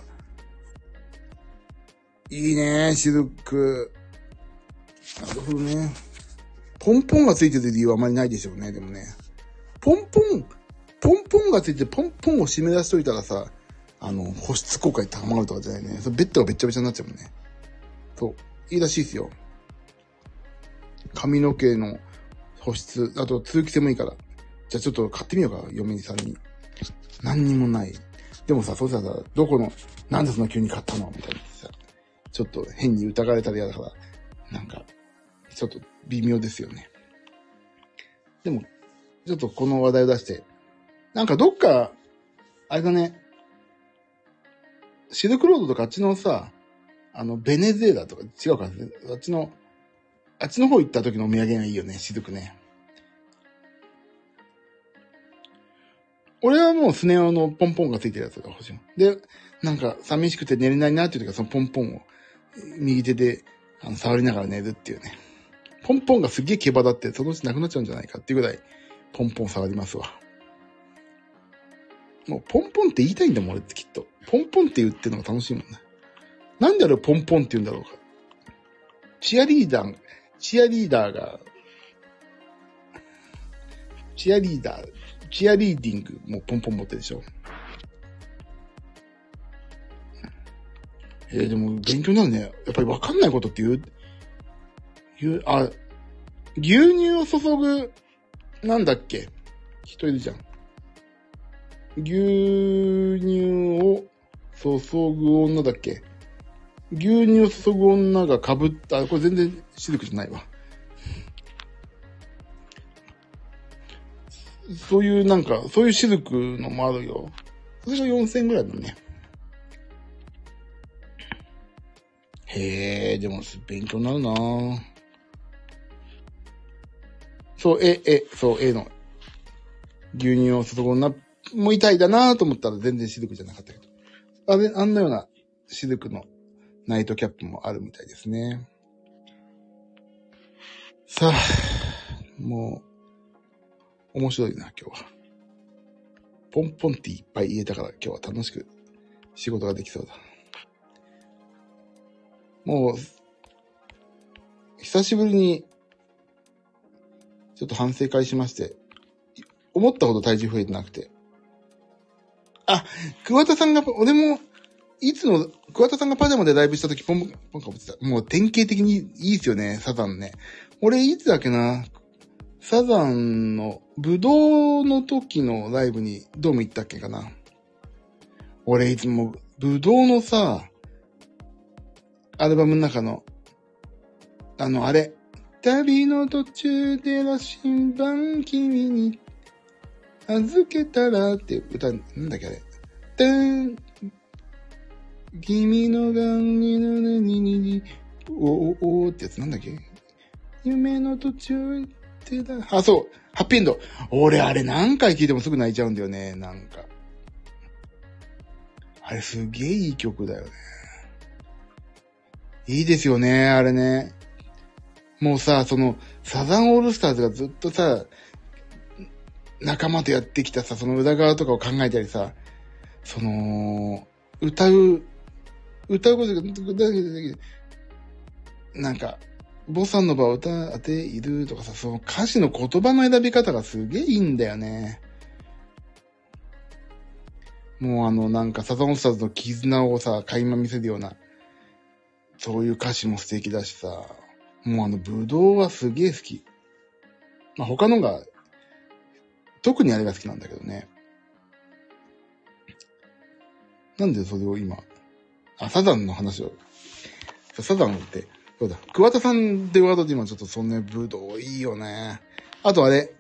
いいね、シルク。なるほどね。ポンポンがついてる理由はあまりないでしょうね、でもね。ポンポン、ポンポンがついてポンポンを締め出しといたらさ、あの、保湿効果に高まるとかじゃないね。それベッドがべっちゃべちゃになっちゃうもんね。そう。いいらしいですよ。髪の毛の保湿、あと通気性もいいから。じゃあちょっと買ってみようか、嫁さんに。何にもない。でもさ、そうしたらさ、どこの、なんでそんな急に買ったのみたいなさ、ちょっと変に疑われたら嫌だから、なんか、ちょっと微妙ですよね。でも、ちょっとこの話題を出して、なんかどっか、あれだね、シルクロードとかあっちのさ、あの、ベネズエラとか違うからね、あっちの、あっちの方行った時のお土産がいいよね、シルクね。俺はもうスネ夫のポンポンがついてるやつが欲しい。で、なんか寂しくて寝れないなっていう時はそのポンポンを右手であの触りながら寝るっていうね。ポンポンがすげえ毛羽立ってそのうちなくなっちゃうんじゃないかっていうぐらいポンポン触りますわ。もうポンポンって言いたいんだもん俺ってきっと。ポンポンって言ってるのが楽しいもんね。なんであれポンポンって言うんだろうか。チアリーダー、チアリーダーが、チアリーダー、チアリーディングもポンポン持ってるでしょ。えー、でも勉強になるね。やっぱり分かんないことって言う、言う、あ、牛乳を注ぐ、なんだっけ？人いるじゃん。牛乳を注ぐ女だっけ？牛乳を注ぐ女が被った、これ全然シルクじゃないわ。そういうなんか、そういうシルクのもあるよ。それがよんせんえんぐらいだね。へえ、でも勉強になるなぁ。そう、え、え、そう、えの。牛乳を注ぐ女も痛いだなぁと思ったら全然シルクじゃなかったけど。あれ、あんなようなシルクのナイトキャップもあるみたいですね。さあ、もう、面白いな、今日は。ポンポンっていっぱい言えたから今日は楽しく仕事ができそうだ。もう、久しぶりに、ちょっと反省会しまして、思ったほど体重増えてなくて。あ、桑田さんが、俺も、いつの、桑田さんがパジャマでライブした時ポンポンかぶってた。もう典型的にいいですよね、サザンね。俺いつだっけな、サザンのブドウの時のライブにドーム行ったっけかな。俺いつもブドウのさ、アルバムの中の、あのあれ、旅の途中で羅針盤君に預けたらって歌、なんだっけあれ。てん、君のがんにのねににに、おおおってやつなんだっけ。夢の途中ってだ。あ、そう。ハッピーエンド。俺あれ何回聴いてもすぐ泣いちゃうんだよね。なんか。あれすげえいい曲だよね。 いいですよね、あれね。もうさ、その、サザンオールスターズがずっとさ、仲間とやってきたさ、その裏側とかを考えたりさ、その、歌う、歌うことが、なんか、ボサノバを歌っているとかさ、その歌詞の言葉の選び方がすげえいいんだよね。もうあの、なんかサザンオールスターズの絆をさ、垣間見せるような、そういう歌詞も素敵だしさ、もうあの、ブドウはすげえ好き。まあ、他のが、特にあれが好きなんだけどね。なんでそれを今、あ、サザンの話を。サザンって、そうだ、桑田さんってワードで今ちょっとそんなブドウいいよね。あとあれ、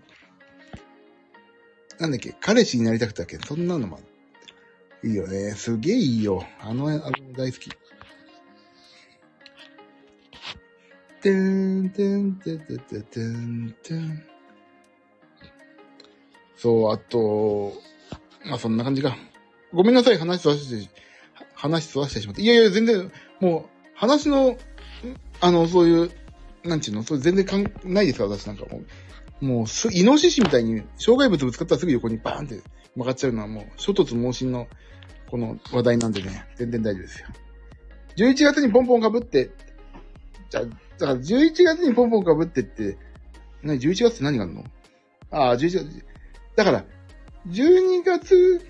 なんだっけ、彼氏になりたくてだっけ、そんなのもいいよね。すげえいいよ。あの、あの大好き。てんてんてんてんてんてんてん。そう、あと、まあそんな感じか。ごめんなさい、話しわして、話しわしてしまって。いやいや、全然、もう、話の、あの、そういう、なんちゅうの、それ全然かんないですから、私なんかもう。もうす、イノシシみたいに、障害物ぶつかったらすぐ横にバーンって曲がっちゃうのはもう、諸突猛進の、この話題なんでね、全然大丈夫ですよ。じゅういちがつにポンポン被って、じゃあ、だからじゅういちがつにポンポン被ってって、何、じゅういちがつって何があるの？ああ、じゅういちがつ。だから、じゅうにがつ、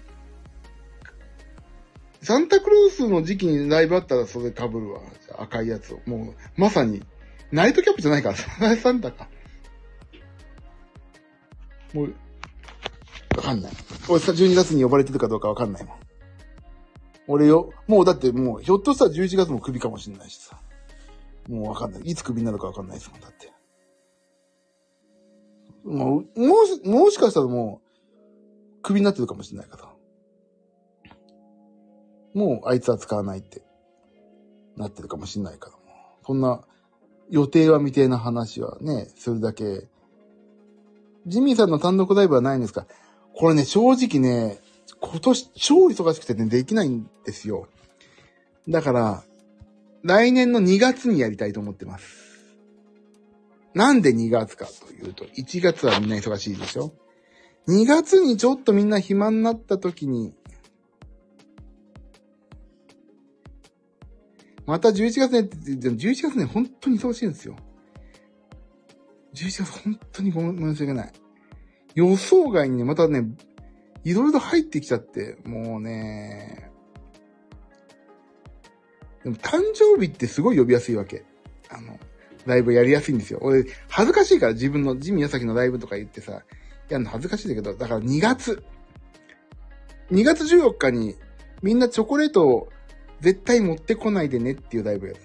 サンタクロースの時期にライブあったらそれ被るわ。赤いやつを。もう、まさに、ナイトキャップじゃないから、サンタか。もう、わかんない。俺さ、じゅうにがつに呼ばれてるかどうかわかんないもん。俺よ、もうだってもう、ひょっとしたらじゅういちがつもクビかもしれないしさ。もうわかんない。いつクビになるかわかんないですもん、だって。もう、もし、もしかしたらもう、クビになってるかもしれないから。もう、あいつは使わないって、なってるかもしれないから。そんな、予定は未定な話はね、それだけ。ジミーさんの単独ライブはないんですか？これね、正直ね、今年超忙しくてね、できないんですよ。だから、来年のにがつにやりたいと思ってます。なんでにがつかというと、いちがつはみんな忙しいでしょ？ に 月にちょっとみんな暇になった時に、またじゅういちがつねって、じゅういちがつね、本当に忙しいんですよ。じゅういちがつ本当にごめん申し訳ない。予想外にね、またね、いろいろ入ってきちゃって、もうね、でも誕生日ってすごい呼びやすいわけ。あの、ライブやりやすいんですよ。俺、恥ずかしいから自分のジミヤサキのライブとか言ってさ、やるの恥ずかしいんだけど、だからにがつ。にがつじゅうよっかにみんなチョコレートを絶対持ってこないでねっていうライブやる。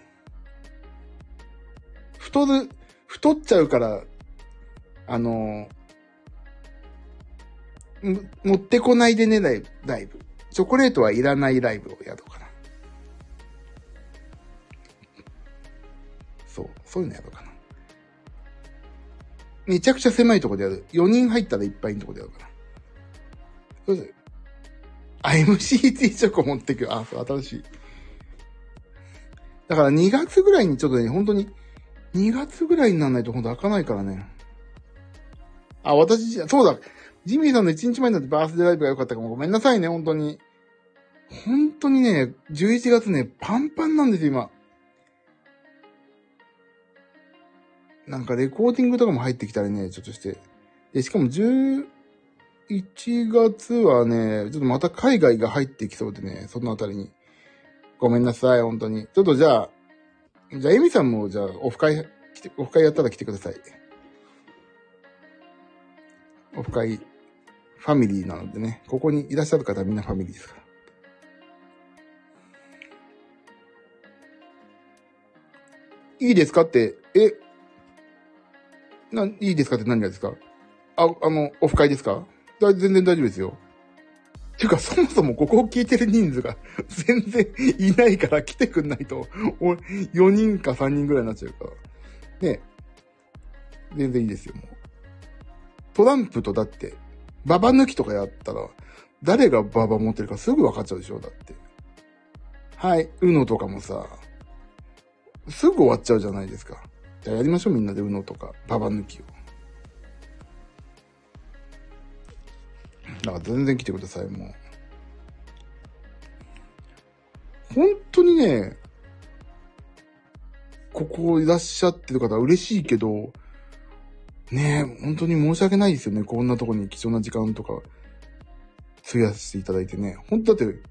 太る、太っちゃうから、あのー、持ってこないでねライブ、ライブ。チョコレートはいらないライブをやろうかな。そう、そういうのやろうかな。めちゃくちゃ狭いとこでやる。よにん入ったらいっぱいのとこでやろうかな。そうです。あ、エムシーティー チョコ持ってく。あ、そう、新しい。だからにがつぐらいにちょっとね、本当に、にがつぐらいにならないと本当開かないからね。あ、私、そうだ。ジミーさんのいちにちまえになってバースデーライブが良かったかも。ごめんなさいね、本当に。本当にね、じゅういちがつね、パンパンなんですよ、今。なんかレコーディングとかも入ってきたりね、ちょっとして。で、しかもじゅういちがつはね、ちょっとまた海外が入ってきそうでね、そのあたりに。ごめんなさい、本当に。ちょっとじゃあ、じゃあ、エミさんも、じゃあ、オフ会、来て、オフ会やったら来てください。オフ会、ファミリーなのでね、ここにいらっしゃる方はみんなファミリーですから。いいですかって、え、な、いいですかって何がですか？あ、あの、オフ会ですか？だ、全然大丈夫ですよ。ていうか、そもそもここを聞いてる人数が全然いないから来てくんないと、俺、よにんかさんにんぐらいになっちゃうから。ね。全然いいですよ、もう。トランプとだって、ババ抜きとかやったら、誰がババ持ってるかすぐ分かっちゃうでしょ、だって。はい、ウノとかもさ、 すぐ終わっちゃうじゃないですか。じゃあやりましょう、みんなで ウノ とか、ババ抜きを。だから全然来てください、もう。本当にね、ここいらっしゃってる方は嬉しいけど、ねえ、本当に申し訳ないですよね。こんなとこに貴重な時間とか、費やしていただいてね。本当だって、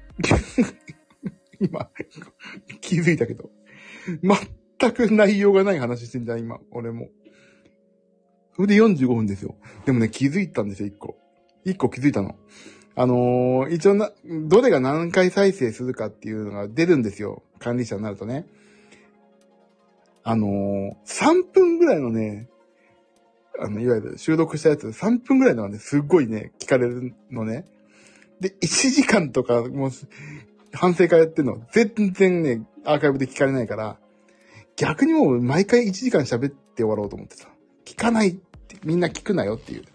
今、気づいたけど、全く内容がない話してんだ、今、俺も。それでよんじゅうごふんですよ。でもね、気づいたんですよ、一個。一個気づいたの。あのー、一応な、どれが何回再生するかっていうのが出るんですよ。管理者になるとね。あのー、さんぷんぐらいのね、あの、いわゆる収録したやつ、さんぷんぐらいのがね、すっごいね、聞かれるのね。で、いちじかんとか、もう、反省会やってんの、全然ね、アーカイブで聞かれないから、逆にもう毎回いちじかん喋って終わろうと思ってた。聞かないって、みんな聞くなよっていう。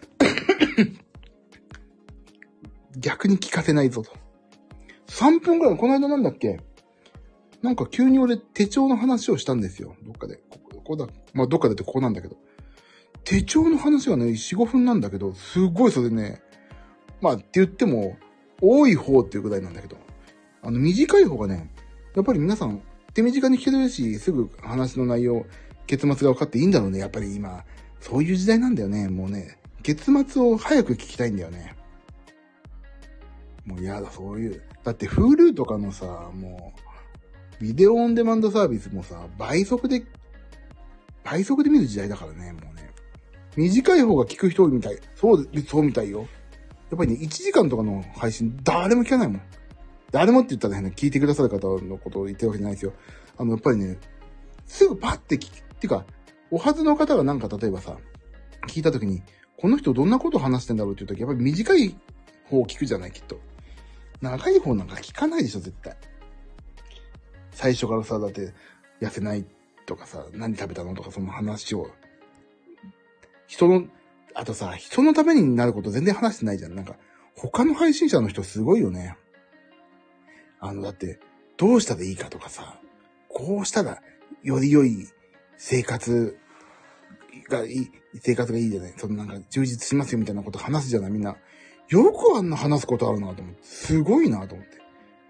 逆に聞かせないぞと。さんぷんぐらい、この間なんだっけ？なんか急に俺手帳の話をしたんですよ。どっかで。ここ、ここだ。まあどっかでってここなんだけど。手帳の話がね、よん、ごふんなんだけど、すごいそれね、まあって言っても、多い方っていうぐらいなんだけど、あの短い方がね、やっぱり皆さん手短に聞けるし、すぐ話の内容、結末が分かっていいんだろうね。やっぱり今、そういう時代なんだよね。もうね、結末を早く聞きたいんだよね。もうやだ、そういう。だって Hulu とかのさ、もう、ビデオオンデマンドサービスもさ、倍速で、倍速で見る時代だからね、もうね。短い方が聞く人みたい。そう、そうみたいよ。やっぱりね、いちじかんとかの配信、誰も聞かないもん。誰もって言ったらね、聞いてくださる方のことを言ってるわけじゃないですよ。あの、やっぱりね、すぐパッて聞き、っていうか、おはずの方がなんか例えばさ、聞いたときに、この人どんなことを話してんだろうっていうとき、やっぱり短い方を聞くじゃない、きっと。長い方なんか聞かないでしょ、絶対。最初からさ、だって、痩せないとかさ、何食べたのとか、その話を。人の、あとさ、人のためになること全然話してないじゃん。なんか、他の配信者の人すごいよね。あの、だって、どうしたらいいかとかさ、こうしたら、より良い生活がいい、生活がいいじゃない。そのなんか、充実しますよみたいなこと話すじゃない、みんな。よくあんな話すことあるなと思って。すごいなと思って。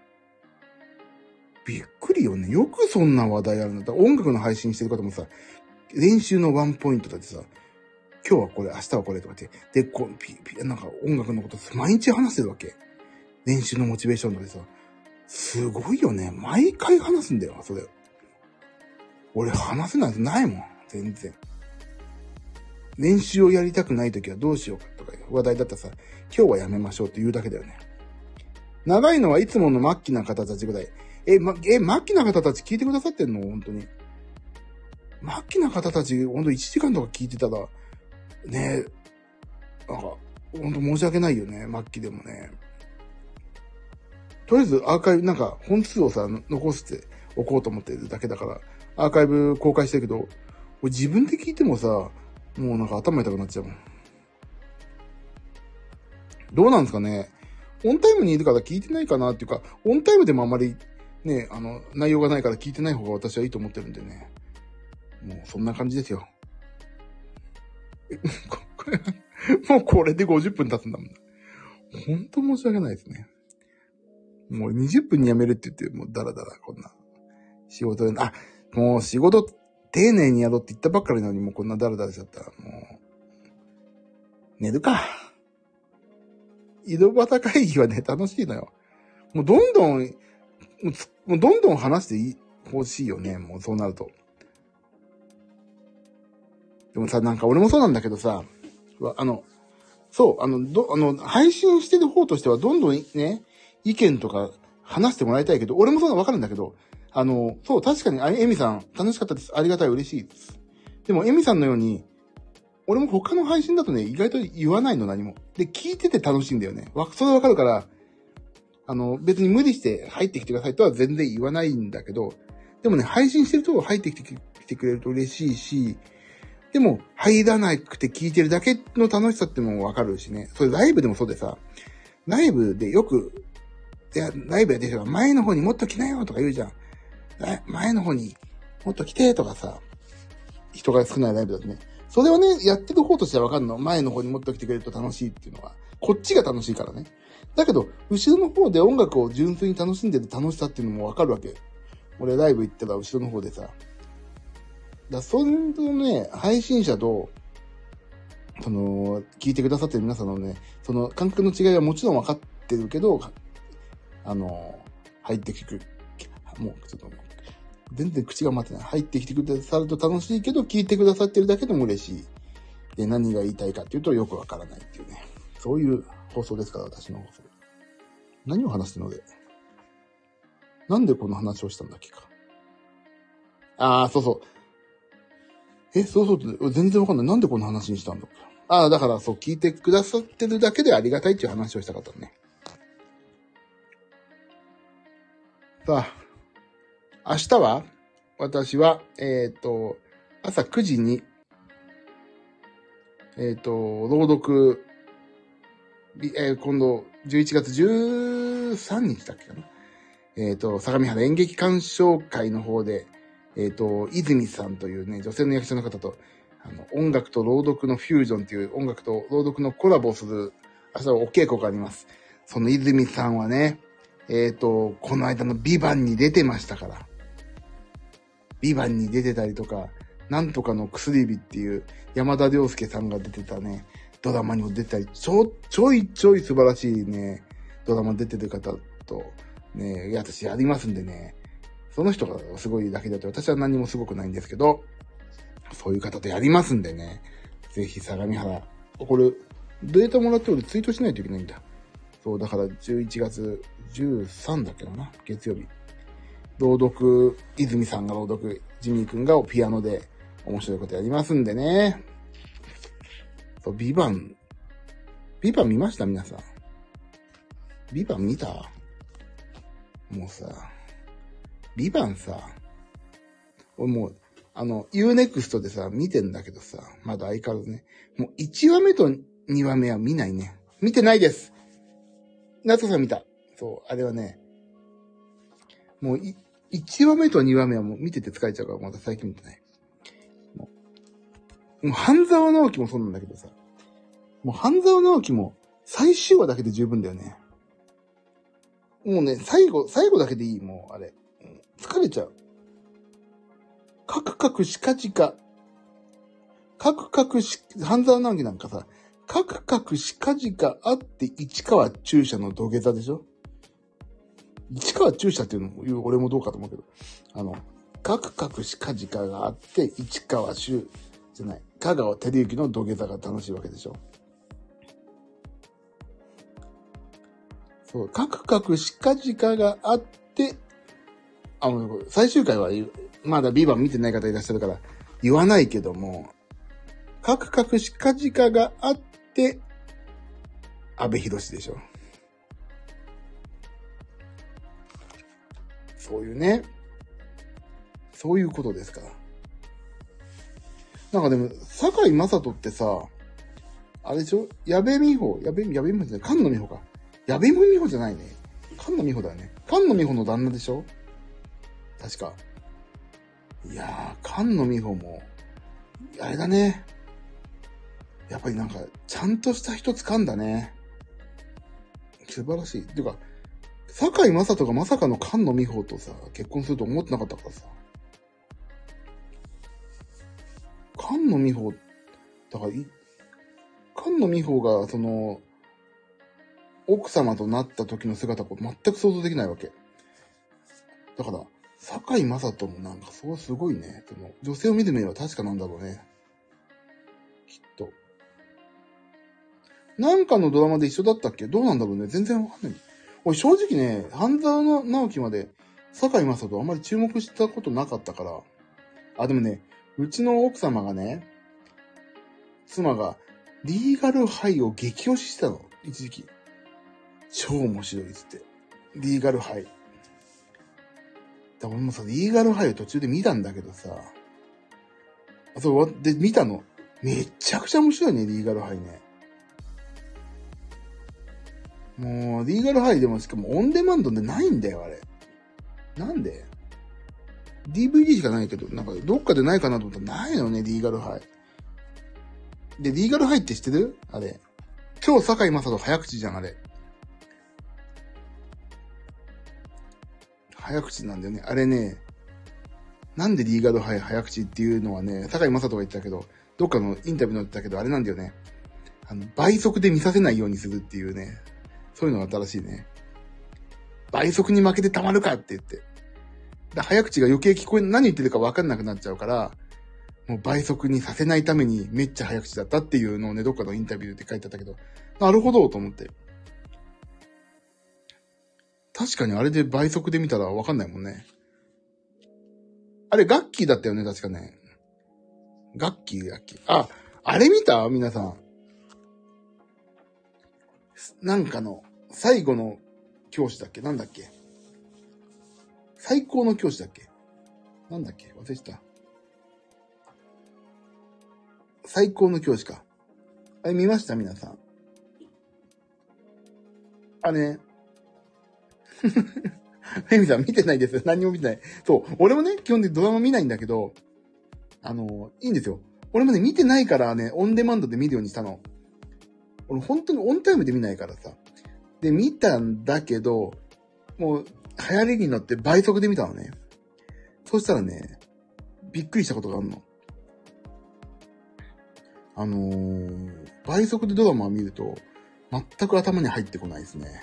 びっくりよね。よくそんな話題あるんだ。音楽の配信してる方もさ、練習のワンポイントだってさ、今日はこれ、明日はこれとかって、で、こう、ピピなんか音楽のこと毎日話してるわけ。練習のモチベーションとかでさ、すごいよね。毎回話すんだよ、それ。俺話せないとないもん、全然。練習をやりたくないときはどうしようかとか話題だったらさ、今日はやめましょうって言うだけだよね。長いのはいつもの末期な方たちぐらい。え、ま、え、末期な方たち聞いてくださってんの？本当に。末期な方たち、ほんといちじかんとか聞いてたら、ねえ、なんか、ほんと申し訳ないよね、末期でもね。とりあえずアーカイブ、なんか本数をさ、残しておこうと思ってるだけだから、アーカイブ公開してるけど、俺自分で聞いてもさ、もうなんか頭痛くなっちゃうもん。どうなんですかね。オンタイムにいるから聞いてないかなっていうか、オンタイムでもあんまりね、あの、内容がないから聞いてない方が私はいいと思ってるんでね。もうそんな感じですよ。もうこれでごじゅっぷん経つんだもん。ほんと申し訳ないですね。もうにじゅっぷんにやめるって言って、もうダラダラこんな。仕事で、あ、もう仕事丁寧にやろうって言ったばっかりなのにもうこんなダラダラしちゃったら、もう、寝るか。井戸端会議はね、楽しいのよ。もうどんどん、もうどんどん話していい、欲しいよね、もうそうなると。でもさ、なんか俺もそうなんだけどさ、あの、そう、あの、ど、あの、配信してる方としてはどんどんね、意見とか話してもらいたいけど、俺もそういうのわかるんだけど、あの、そう、確かに、あ、エミさん、楽しかったです。ありがたい、嬉しいです。でも、エミさんのように、俺も他の配信だとね、意外と言わないの、何も。で、聞いてて楽しいんだよね。わ、それわかるから、あの、別に無理して入ってきてくださいとは全然言わないんだけど、でもね、配信してると入ってきてきてくれると嬉しいし、でも、入らなくて聞いてるだけの楽しさってのもわかるしね。それライブでもそうでさ、ライブでよく、いや、ライブやってる人が前の方にもっと来なよとか言うじゃん。 え、前の方にもっと来てとかさ、人が少ないライブだとね。それはね、やってる方としてはわかるの。前の方にもっと来てくれると楽しいっていうのは。こっちが楽しいからね。だけど、後ろの方で音楽を純粋に楽しんでる楽しさっていうのもわかるわけ。俺ライブ行ったら後ろの方でさ。だそのね、配信者と、その、聞いてくださってる皆さんのね、その感覚の違いはもちろん分かってるけど、あの、入ってきてくる。もう、ちょっと、全然口が回ってない。入ってきてくださると楽しいけど、聞いてくださってるだけでも嬉しい。で、何が言いたいかっていうとよくわからないっていうね。そういう放送ですから、私の放送。何を話してるので。なんでこの話をしたんだっけか。ああ、そうそう。え、そうそうって全然わかんない。なんでこの話にしたんだっけ。ああ、だからそう、聞いてくださってるだけでありがたいっていう話をしたかったね。さあ、明日は、私は、えっと、朝くじに、えっと、朗読、えー、今度、じゅういちがつじゅうさんにちだっけかな。えっと、相模原演劇鑑賞会の方で、えっと、泉さんというね、女性の役者の方と、あの、音楽と朗読のフュージョンっていう音楽と朗読のコラボをする、明日はお稽古があります。その泉さんはね、えっと、この間のビバンに出てましたから。ビバンに出てたりとか、なんとかの薬指っていう山田涼介さんが出てたね、ドラマにも出てたり、ちょ、ちょいちょい素晴らしいね、ドラマ出てる方と、ね、私やりますんでね、その人がすごいだけだと私は何もすごくないんですけど、そういう方とやりますんでね、ぜひ相模原、これ、データもらって俺ツイートしないといけないんだ。そう、だからじゅういちがつじゅうさんだっけな、月曜日。朗読、泉さんが朗読、ジミーくんがピアノで面白いことやりますんでね。そう、ビバン。ビバン見ました皆さん。ビバン見た？もうさ、ビバンさ、俺もう、あの、ユーネクスト でさ、見てんだけどさ、まだ相変わらずね、もういちわめとにわめは見ないね。見てないです。夏子さん見た。そう、あれはね、もうい、いちわめとにわめはもう見てて疲れちゃうから、まだ最近見てない。もう、もう半沢直樹もそうなんだけどさ、もう半沢直樹も最終話だけで十分だよね。もうね、最後、最後だけでいい、もう、あれ。疲れちゃう。カクカクしかじか。カクカクし、半沢直樹なんかさ、カクカクしかじかあって市川中車の土下座でしょ？市川中車っていうのも言う俺もどうかと思うけど、あの、カクカクしかじかがあって市川中、じゃない、香川照之の土下座が楽しいわけでしょ？そう、カクカクしかじかがあって、あの、最終回は、まだビーバン見てない方いらっしゃるから言わないけども、カクカクしかじかがあって、阿部寛でしょ。そういうね、そういうことですから。なんかでも、堺雅人ってさ、あれでしょ？矢部美穂、矢部、矢部美穂じゃない、菅野美穂か。矢部美穂じゃないね。菅野美穂だよね。菅野美穂の旦那でしょ？確か。いやー、菅野美穂も、あれだね。やっぱりなんか、ちゃんとした人掴んだね。素晴らしい。ていうか、堺雅人がまさかの菅野美穂とさ、結婚すると思ってなかったからさ。菅野美穂、だから、菅野美穂が、その、奥様となった時の姿を全く想像できないわけ。だから、堺雅人もなんかそうすごいね。その女性を見る目は確かなんだろうね。きっと。なんかのドラマで一緒だったっけ？どうなんだろうね。全然わかんない。俺正直ね、半沢直樹まで堺雅人あんまり注目したことなかったから。あ、でもね、うちの奥様がね、妻がリーガルハイを激推ししたの。一時期。超面白いっつって。リーガルハイ。だ俺もさ、リーガルハイを途中で見たんだけどさ。あ、そう、で、見たの。めっちゃくちゃ面白いね、リーガルハイね。もう、リーガルハイでもしかもオンデマンドでないんだよ、あれ。なんで？ ディーブイディー しかないけど、なんかどっかでないかなと思ったらないのね、リーガルハイ。で、リーガルハイって知ってる？あれ。超堺雅人早口じゃん、あれ。早口なんだよね。あれね、なんでリーガルハイ早口っていうのはね、堺雅人が言ってたけど、どっかのインタビューの言ってたけど、あれなんだよね。あの、倍速で見させないようにするっていうね。そういうのが新しいね。倍速に負けてたまるかって言って。だ早口が余計聞こえ、何言ってるか分かんなくなっちゃうから、もう倍速にさせないためにめっちゃ早口だったっていうのをね、どっかのインタビューで書いてあったけど、なるほどと思って。確かにあれで倍速で見たら分かんないもんね。あれ、ガッキーだったよね、確かね。ガッキー、ガッキー。あ、あれ見た？皆さん。なんかの、最後の教師だっけ？なんだっけ？最高の教師だっけ？なんだっけ？忘れてた。最高の教師か。あれ見ました？皆さん。あれね。メミさん見てないです。何も見てない。そう。俺もね、基本的にドラマ見ないんだけど、あの、いいんですよ。俺もね、見てないからね、オンデマンドで見るようにしたの。俺本当にオンタイムで見ないからさ。で、見たんだけど、もう、流行りに乗って倍速で見たのね。そしたらね、びっくりしたことがあるの。あのー、倍速でドラマを見ると、全く頭に入ってこないですね。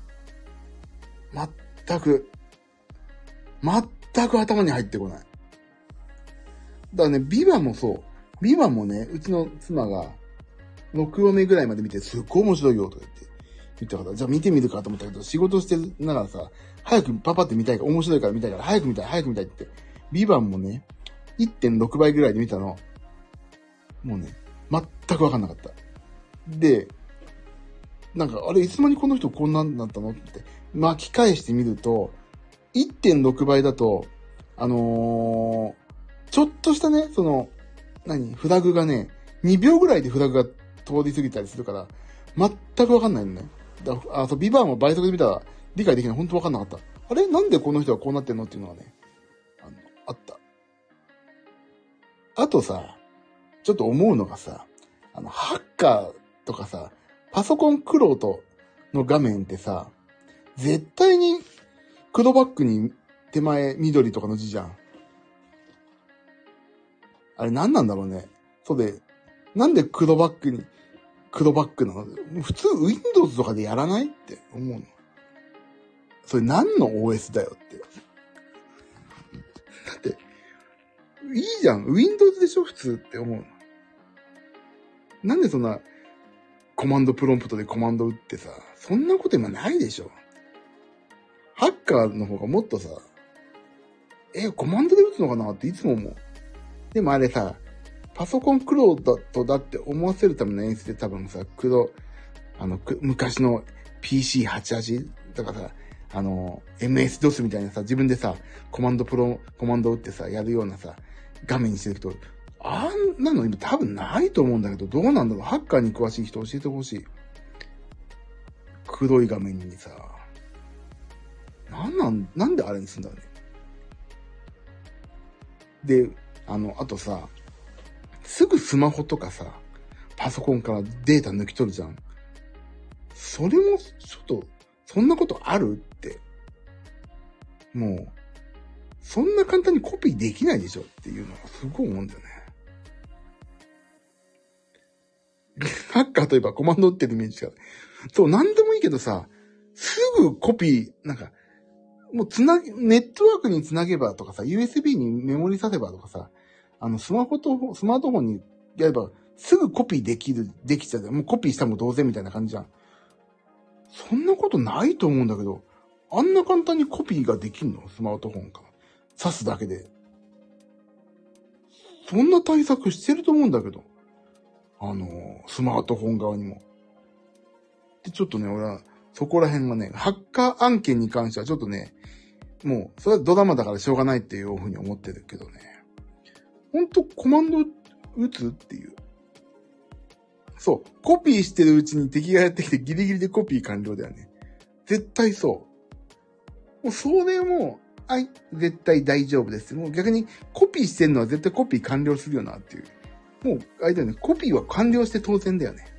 全く、全く頭に入ってこない。だからね、ビバもそう。ビバもね、うちの妻が、ろくわめぐらいまで見て、すっごい面白いよ、とか言って、言ったから、じゃあ見てみるかと思ったけど、仕事してながらさ、早くパパって見たいから、面白いから見たいから、早く見たい、早く見たいって。ビバンもね、いってんろくばいぐらいで見たの。もうね、全くわかんなかった。で、なんか、あれ、いつの間にこの人こんなんなったのって、巻き返してみると、いってんろくばいだと、あのー、ちょっとしたね、その、何、フラグがね、にびょうぐらいでフラグが通り過ぎたりするから、全くわかんないのね。だあ、そう、ビバンも倍速で見たら理解できない。本当わかんなかった。あれなんでこの人はこうなってんのっていうのはね、あの、あった。あとさ、ちょっと思うのがさ、あの、ハッカーとかさ、パソコンクロートの画面ってさ、絶対に黒バックに手前緑とかの字じゃん。あれ何なんだろうね。そうで、なんで黒バックに、黒バックなの？普通 Windows とかでやらないって思うの。それ何の オーエス だよって。だって、いいじゃん。Windows でしょ普通って思うの。なんでそんな、コマンドプロンプトでコマンド打ってさ、そんなこと今ないでしょ。ハッカーの方がもっとさ、え、コマンドで打つのかなっていつも思う。でもあれさ、パソコンクローだとだって思わせるための演出で多分さ、黒、あの、昔の ピーシーはちじゅうはち とかさ、あの、エムエスドス みたいなさ、自分でさ、コマンドプロ、コマンド打ってさ、やるようなさ、画面にしてると、あんなの今多分ないと思うんだけど、どうなんだろう。ハッカーに詳しい人教えてほしい。黒い画面にさ、なんなん、なんであれにすんだろうね。で、あの、あとさ、すぐスマホとかさ、パソコンからデータ抜き取るじゃん。それも、ちょっと、そんなことあるって。もう、そんな簡単にコピーできないでしょっていうのがすごい思うんだよね。ハッカーといえばコマンド打ってるイメージが。そう、なんでもいいけどさ、すぐコピー、なんか、もうつなげ、ネットワークにつなげばとかさ、ユーエスビー にメモリさせばとかさ、あの、スマホと、スマートフォンにやれば、すぐコピーできる、できちゃう。もうコピーしたも同然みたいな感じじゃん。そんなことないと思うんだけど、あんな簡単にコピーができんの？スマートフォンから。挿すだけで。そんな対策してると思うんだけど。あの、スマートフォン側にも。で、ちょっとね、俺は、そこら辺がね、ハッカー案件に関してはちょっとね、もう、それはドラマだからしょうがないっていうふうに思ってるけどね。ほんと、コマンド打つっていう。そう。コピーしてるうちに敵がやってきてギリギリでコピー完了だよね。絶対そう。もうそれも、 はい、絶対大丈夫です。もう逆にコピーしてんのは絶対コピー完了するよなっていう。もう、あれだよね、コピーは完了して当然だよね。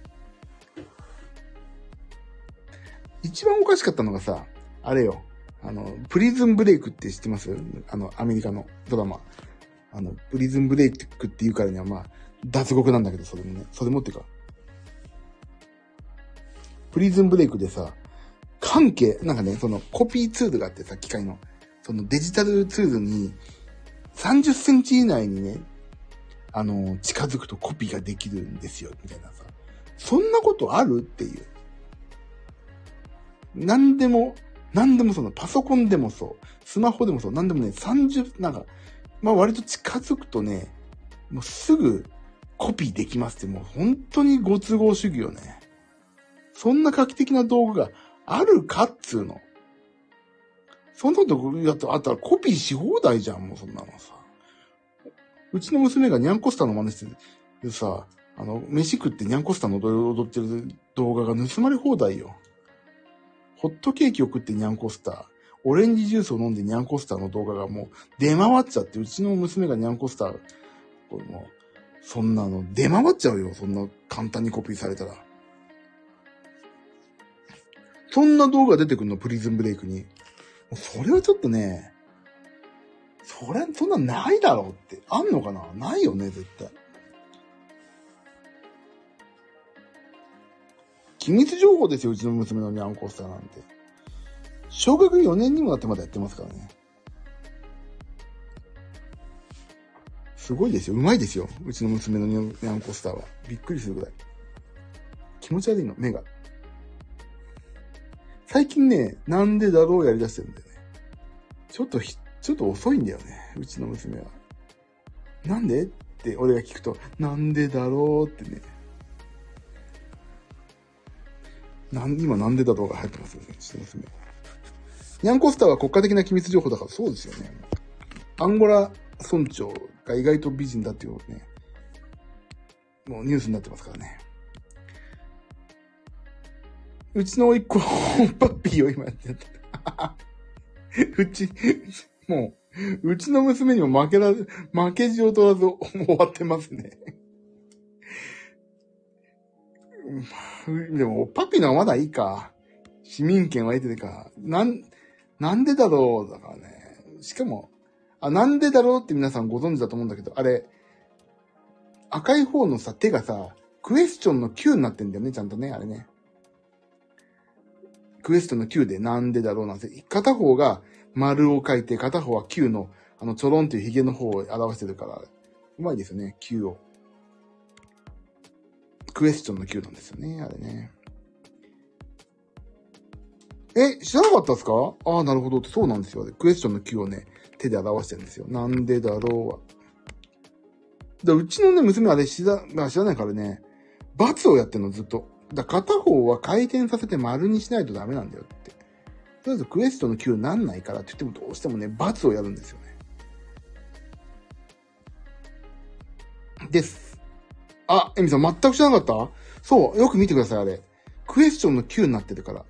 一番おかしかったのがさ、あれよ。あの、プリズンブレイクって知ってます？あの、アメリカのドラマ。あの、プリズンブレイクって言うからにはまあ、脱獄なんだけど、それもね。それもっていうか。プリズンブレイクでさ、関係、なんかね、そのコピーツールがあってさ、機械の。そのデジタルツールにさんじゅっセンチ以内にね、あの、近づくとコピーができるんですよ、みたいなさ。そんなことあるっていう。なんでも、なんでもそうな、パソコンでもそう、スマホでもそう、なんでもね、さんじゅう、なんか、まあ割と近づくとね、もうすぐコピーできますって、もう本当にご都合主義よね。そんな画期的な道具があるかっつうの。そんなことやったらあったらコピーし放題じゃん、もうそんなのさ。うちの娘がニャンコスターの真似してさ、あの、飯食ってニャンコスターの踊ってる動画が盗まれ放題よ。ホットケーキを食ってニャンコスター、オレンジジュースを飲んでニャンコスターの動画がもう出回っちゃって、うちの娘がニャンコスター、これもう、そんなの出回っちゃうよ、そんな簡単にコピーされたら。そんな動画出てくるの、プリズンブレイクに。それはちょっとね、それ、そんなないだろうって。あんのかな？ないよね、絶対。機密情報ですよ、うちの娘のニャンコスターなんて。小学よねんにもなってまだやってますからね。すごいですよ。うまいですよ。うちの娘のニャンコスターは。びっくりするぐらい。気持ち悪いの、目が。最近ね、なんでだろうやり出してるんだよね。ちょっとひ、ちょっと遅いんだよね。うちの娘は。なんでって俺が聞くと、なんでだろうってね。なん、今なんでだろうが入ってますよね。うちの娘。ニャンコスターは国家的な機密情報だからそうですよね。アンゴラ村長が意外と美人だっていうね、もうニュースになってますからね。うちの甥っ子、パッピーを今やってた。うち、もう、うちの娘にも負けられ、負けじを取らず終わってますね。でも、パッピーのはまだいいか。市民権は得てるか。なん、なんでだろうだからね。しかも、あ、なんでだろうって皆さんご存知だと思うんだけど、あれ、赤い方のさ、手がさ、クエスチョンの Q になってんだよね、ちゃんとね、あれね。クエストの Q でなんでだろうなんて、片方が丸を書いて、片方は Q の、あの、ちょろんというヒゲの方を表してるから、うまいですよね、Q を。クエスチョンの Q なんですよね、あれね。え、知らなかったですか？ああ、なるほどって、そうなんですよ。クエスチョンの Q をね、手で表してるんですよ。なんでだろうは。で、うちのね、娘はあれ知ら、知らないからね、罰をやってるのずっと。だ片方は回転させて丸にしないとダメなんだよって。とりあえずクエストの Q なんないからって言ってもどうしてもね、罰をやるんですよね。です。あ、エミさん全く知らなかった？そう、よく見てください、あれ。クエスチョンの Q になってるから。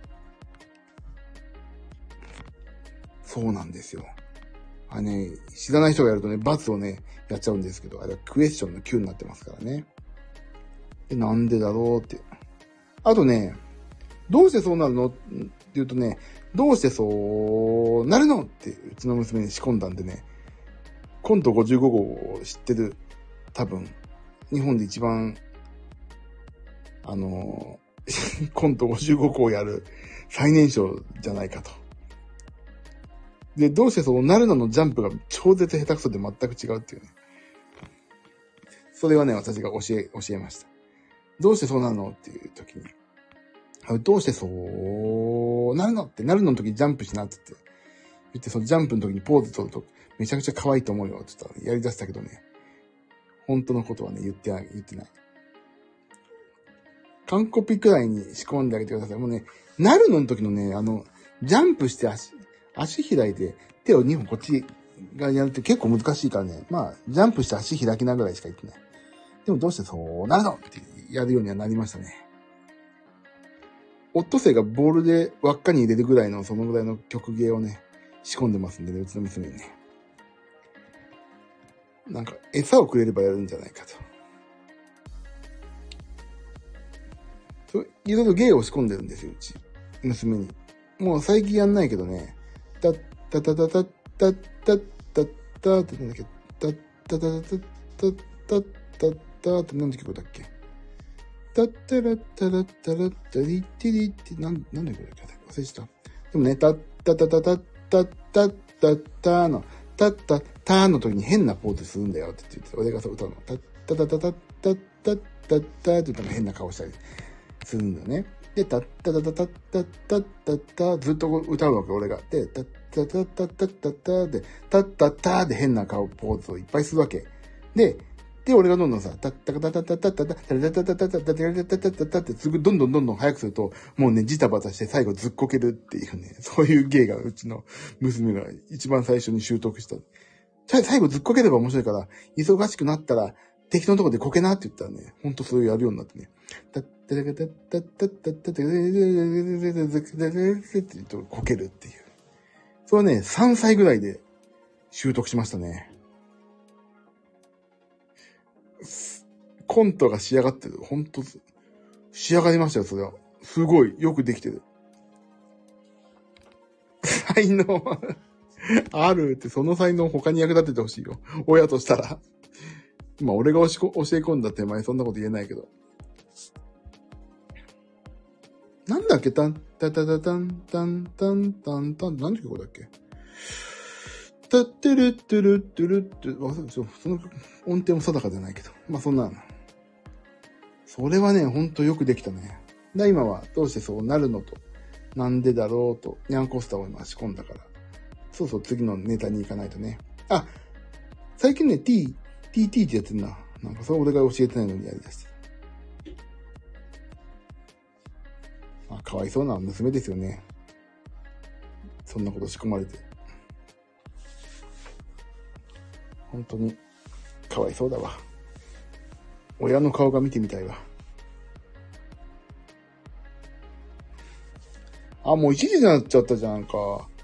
そうなんですよ。あれね、知らない人がやるとね、罰をね、やっちゃうんですけど、あれはクエスチョンの Q になってますからね。で、なんでだろうって。あとね、どうしてそうなるのって言うとね、どうしてそうなるのってうちの娘に仕込んだんでね、コントごじゅうごごうを知ってる、多分、日本で一番、あのー、コントごじゅうごこをやる最年少じゃないかと。で、どうしてそうなるののジャンプが超絶下手くそで全く違うっていうね。それはね、私が教え、教えました。どうしてそうなるのっていう時に。どうしてそうなるのってなるのの時にジャンプしなって言って、言ってそのジャンプの時にポーズ取るとめちゃくちゃ可愛いと思うよって言ったらやり出したけどね。本当のことはね、言ってない、言ってない。完コピくらいに仕込んであげてください。もうね、なるのの時のね、あの、ジャンプして足、足開いて手をにほんこっちがやるって結構難しいからね。まあ、ジャンプして足開きなぐらいしか言ってない。でもどうしてそうなるのってやるようにはなりましたね。オットセイがボールで輪っかに入れるぐらいのそのぐらいの曲芸をね、 仕込んでますんでね、うちの娘にね。なんか、餌をくれればやるんじゃないかと。そう、いろいろ芸を仕込んでるんですよ、うち。娘に。もう最近やんないけどね。たったたたたったったったったってなんだっけ。たったたたたったったったったってなんて聞こえたっけ。たったらったらったらったりってりって、なん、なんでこれか忘れした。でもね、たったたたたったったったったの、たったたの時に変なポーズするんだよって言って、俺がそう歌うの。たったたたたったったったったって言ったら変な顔したりするんだよね。で、たったたたたったったったったずっと歌うわけ、俺が。で、たったたたたったったで、たったたで変な顔ポーズをいっぱいするわけ。で、で、俺がどんどんさ、たったたたたたたたたたたたたたたたたたたたってすぐどんどんどんどん早くすると、もうね、ジタバタして最後ずっこけるっていうね、そういう芸がうちの娘が一番最初に習得した。最後ずっこければ面白いから、忙しくなったら適当なとこでこけなって言ったらね、ほんとそれをやるようになってね。たったたたたたたたたたって言うとこけるっていう。それはね、さんさいぐらいで習得しましたね。コントが仕上がってる。ほんと、仕上がりましたよ、それは。すごい、よくできてる。才能、あるって、その才能他に役立ててほしいよ。親としたら。まあ、俺が教え込んだ手前、そんなこと言えないけど。なんだっけたん、たたたたん、たん、たん、たん、たん、なんて曲だっけたってるってるってるって、忘れちょ、その音程も定かじゃないけど。まあ、そんなの。それはね、ほんとよくできたね。だ今はどうしてそうなるのと、なんでだろうと、ニャンコスターを今仕込んだから。そうそう、次のネタに行かないとね。あ、最近ね、T、ティーティー ってやってんな。なんかそれ俺が教えてないのにやりだして。あ、かわいそうな娘ですよね。そんなこと仕込まれて。本当に、かわいそうだわ。親の顔が見てみたいわ。あ、もういちじになっちゃったじゃんか。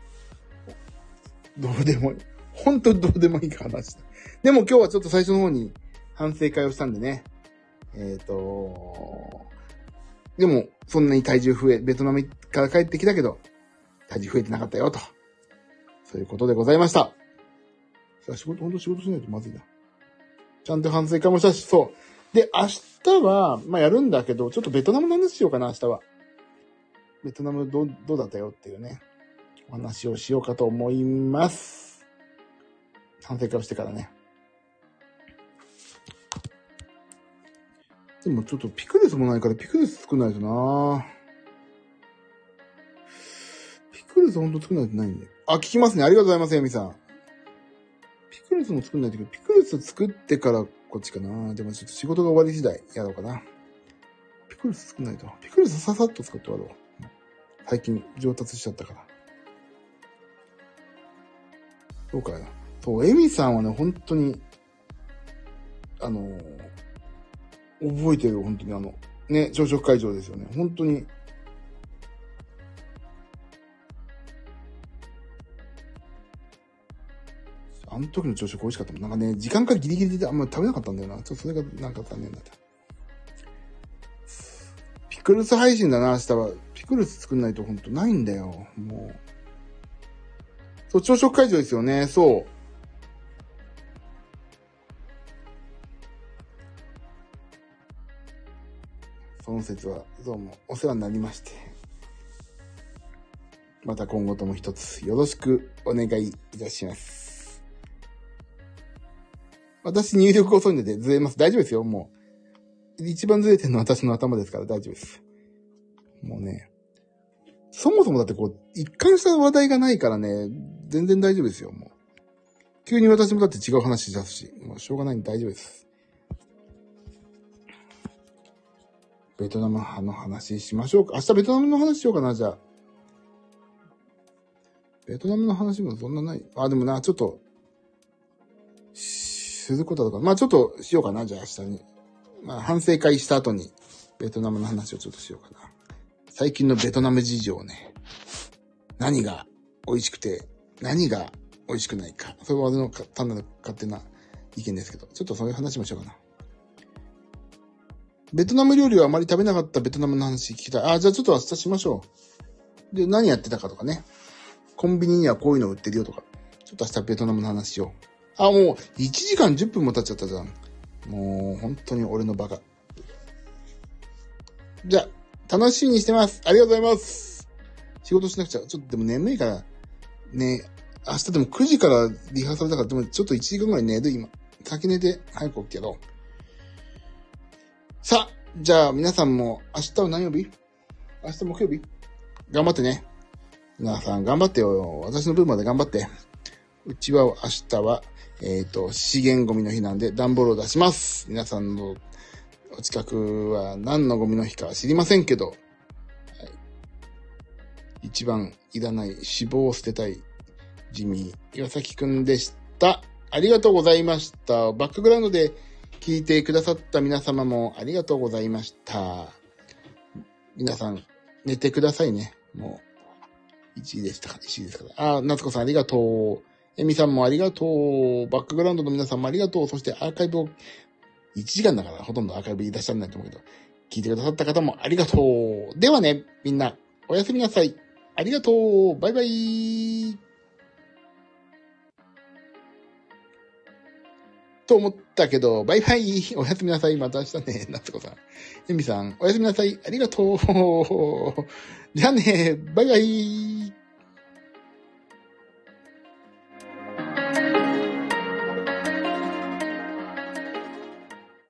どうでもいい。本当にどうでもいい話だ。でも今日はちょっと最初の方に反省会をしたんでね。えっと、でもそんなに体重増え、ベトナムから帰ってきたけど、体重増えてなかったよと。そういうことでございました。さあ仕事、本当仕事しないとまずいな。ちゃんと反省会もしたし、そう。で、明日は、まあやるんだけど、ちょっとベトナムの話しようかな、明日は。ベトナムどう、どうだったよっていうね、お話をしようかと思います。反省会をしてからね。でもちょっとピクルスもないからピクルス作んないとな。ピクルスほんと作んないとないんで。あ、聞きますね。ありがとうございます、ヤミさん。ピクルスも作んないといけど、ピクルス作ってからこっちかな。でもちょっと仕事が終わり次第やろうかな。ピクルス作んないと。ピクルスささっと作って終わろう。最近上達しちゃったから。そうかよ。そう、エミさんはね、本当に、あのー、覚えてる、本当にあの、ね、朝食会場ですよね。本当に。あの時の朝食美味しかったもん。なんかね、時間からギリギリであんまり食べなかったんだよな。ちょっとそれがなんか残念だった。ピクルス配信だな、明日は。ピクルス作んないと本当ないんだよ。もう。そう、朝食会場ですよね。そう。その説はどうもお世話になりまして。また今後とも一つよろしくお願いいたします。私入力遅いのでずれます。大丈夫ですよ、もう。一番ずれてるのは私の頭ですから大丈夫です。もうね。そもそもだってこう、一貫した話題がないからね、全然大丈夫ですよ、もう。急に私もだって違う話し出すし、もうしょうがないんで大丈夫です。ベトナムの話しましょうか。明日ベトナムの話しようかな、じゃあ。ベトナムの話もそんなない。あ、でもな、ちょっと、することだから。まあちょっとしようかな、じゃあ明日に。まあ反省会した後に、ベトナムの話をちょっとしようかな。最近のベトナム事情ね。何が美味しくて、 何が美味しくないか。それは俺の単なる勝手な意見ですけど、ちょっとそういう話もしようかな。ベトナム料理はあまり食べなかったベトナムの話聞きたい。あ、じゃあちょっと明日しましょう。で、何やってたかとかね。コンビニにはこういうの売ってるよとか。ちょっと明日ベトナムの話しよう。あ、もういちじかんじゅっぷんも経っちゃったじゃん。もう本当に俺のバカ。じゃあ、楽しみにしてます。ありがとうございます。仕事しなくちゃ。ちょっとでも眠いから、ね、明日でもくじからリハーサルだから、でもちょっといちじかんぐらい寝る今。先寝て早く起きてやろう。さあ、じゃあ皆さんも明日は何曜日？明日木曜日？頑張ってね。皆さん頑張ってよ。私の分まで頑張って。うちは明日は、えっと、資源ゴミの日なんで段ボールを出します。皆さんのお近くは何のゴミの日か知りませんけど、はい、一番いらない脂肪を捨てたいジミー岩崎くんでした。ありがとうございました。バックグラウンドで聞いてくださった皆様もありがとうございました。皆さん寝てくださいね。もういちじでしたか、いちじですから。あ、夏子さんありがとう。えみさんもありがとう。バックグラウンドの皆さんもありがとう。そしてアーカイブをいちじかんだからほとんどアーカイブ言い出したんないと思うけど、聞いてくださった方もありがとう。ではね、みんなおやすみなさい。ありがとう。バイバイ。と思ったけど、バイバイ。おやすみなさい。また明日ね。夏子さん。えみさん、おやすみなさい。ありがとう。じゃあね、バイバイ。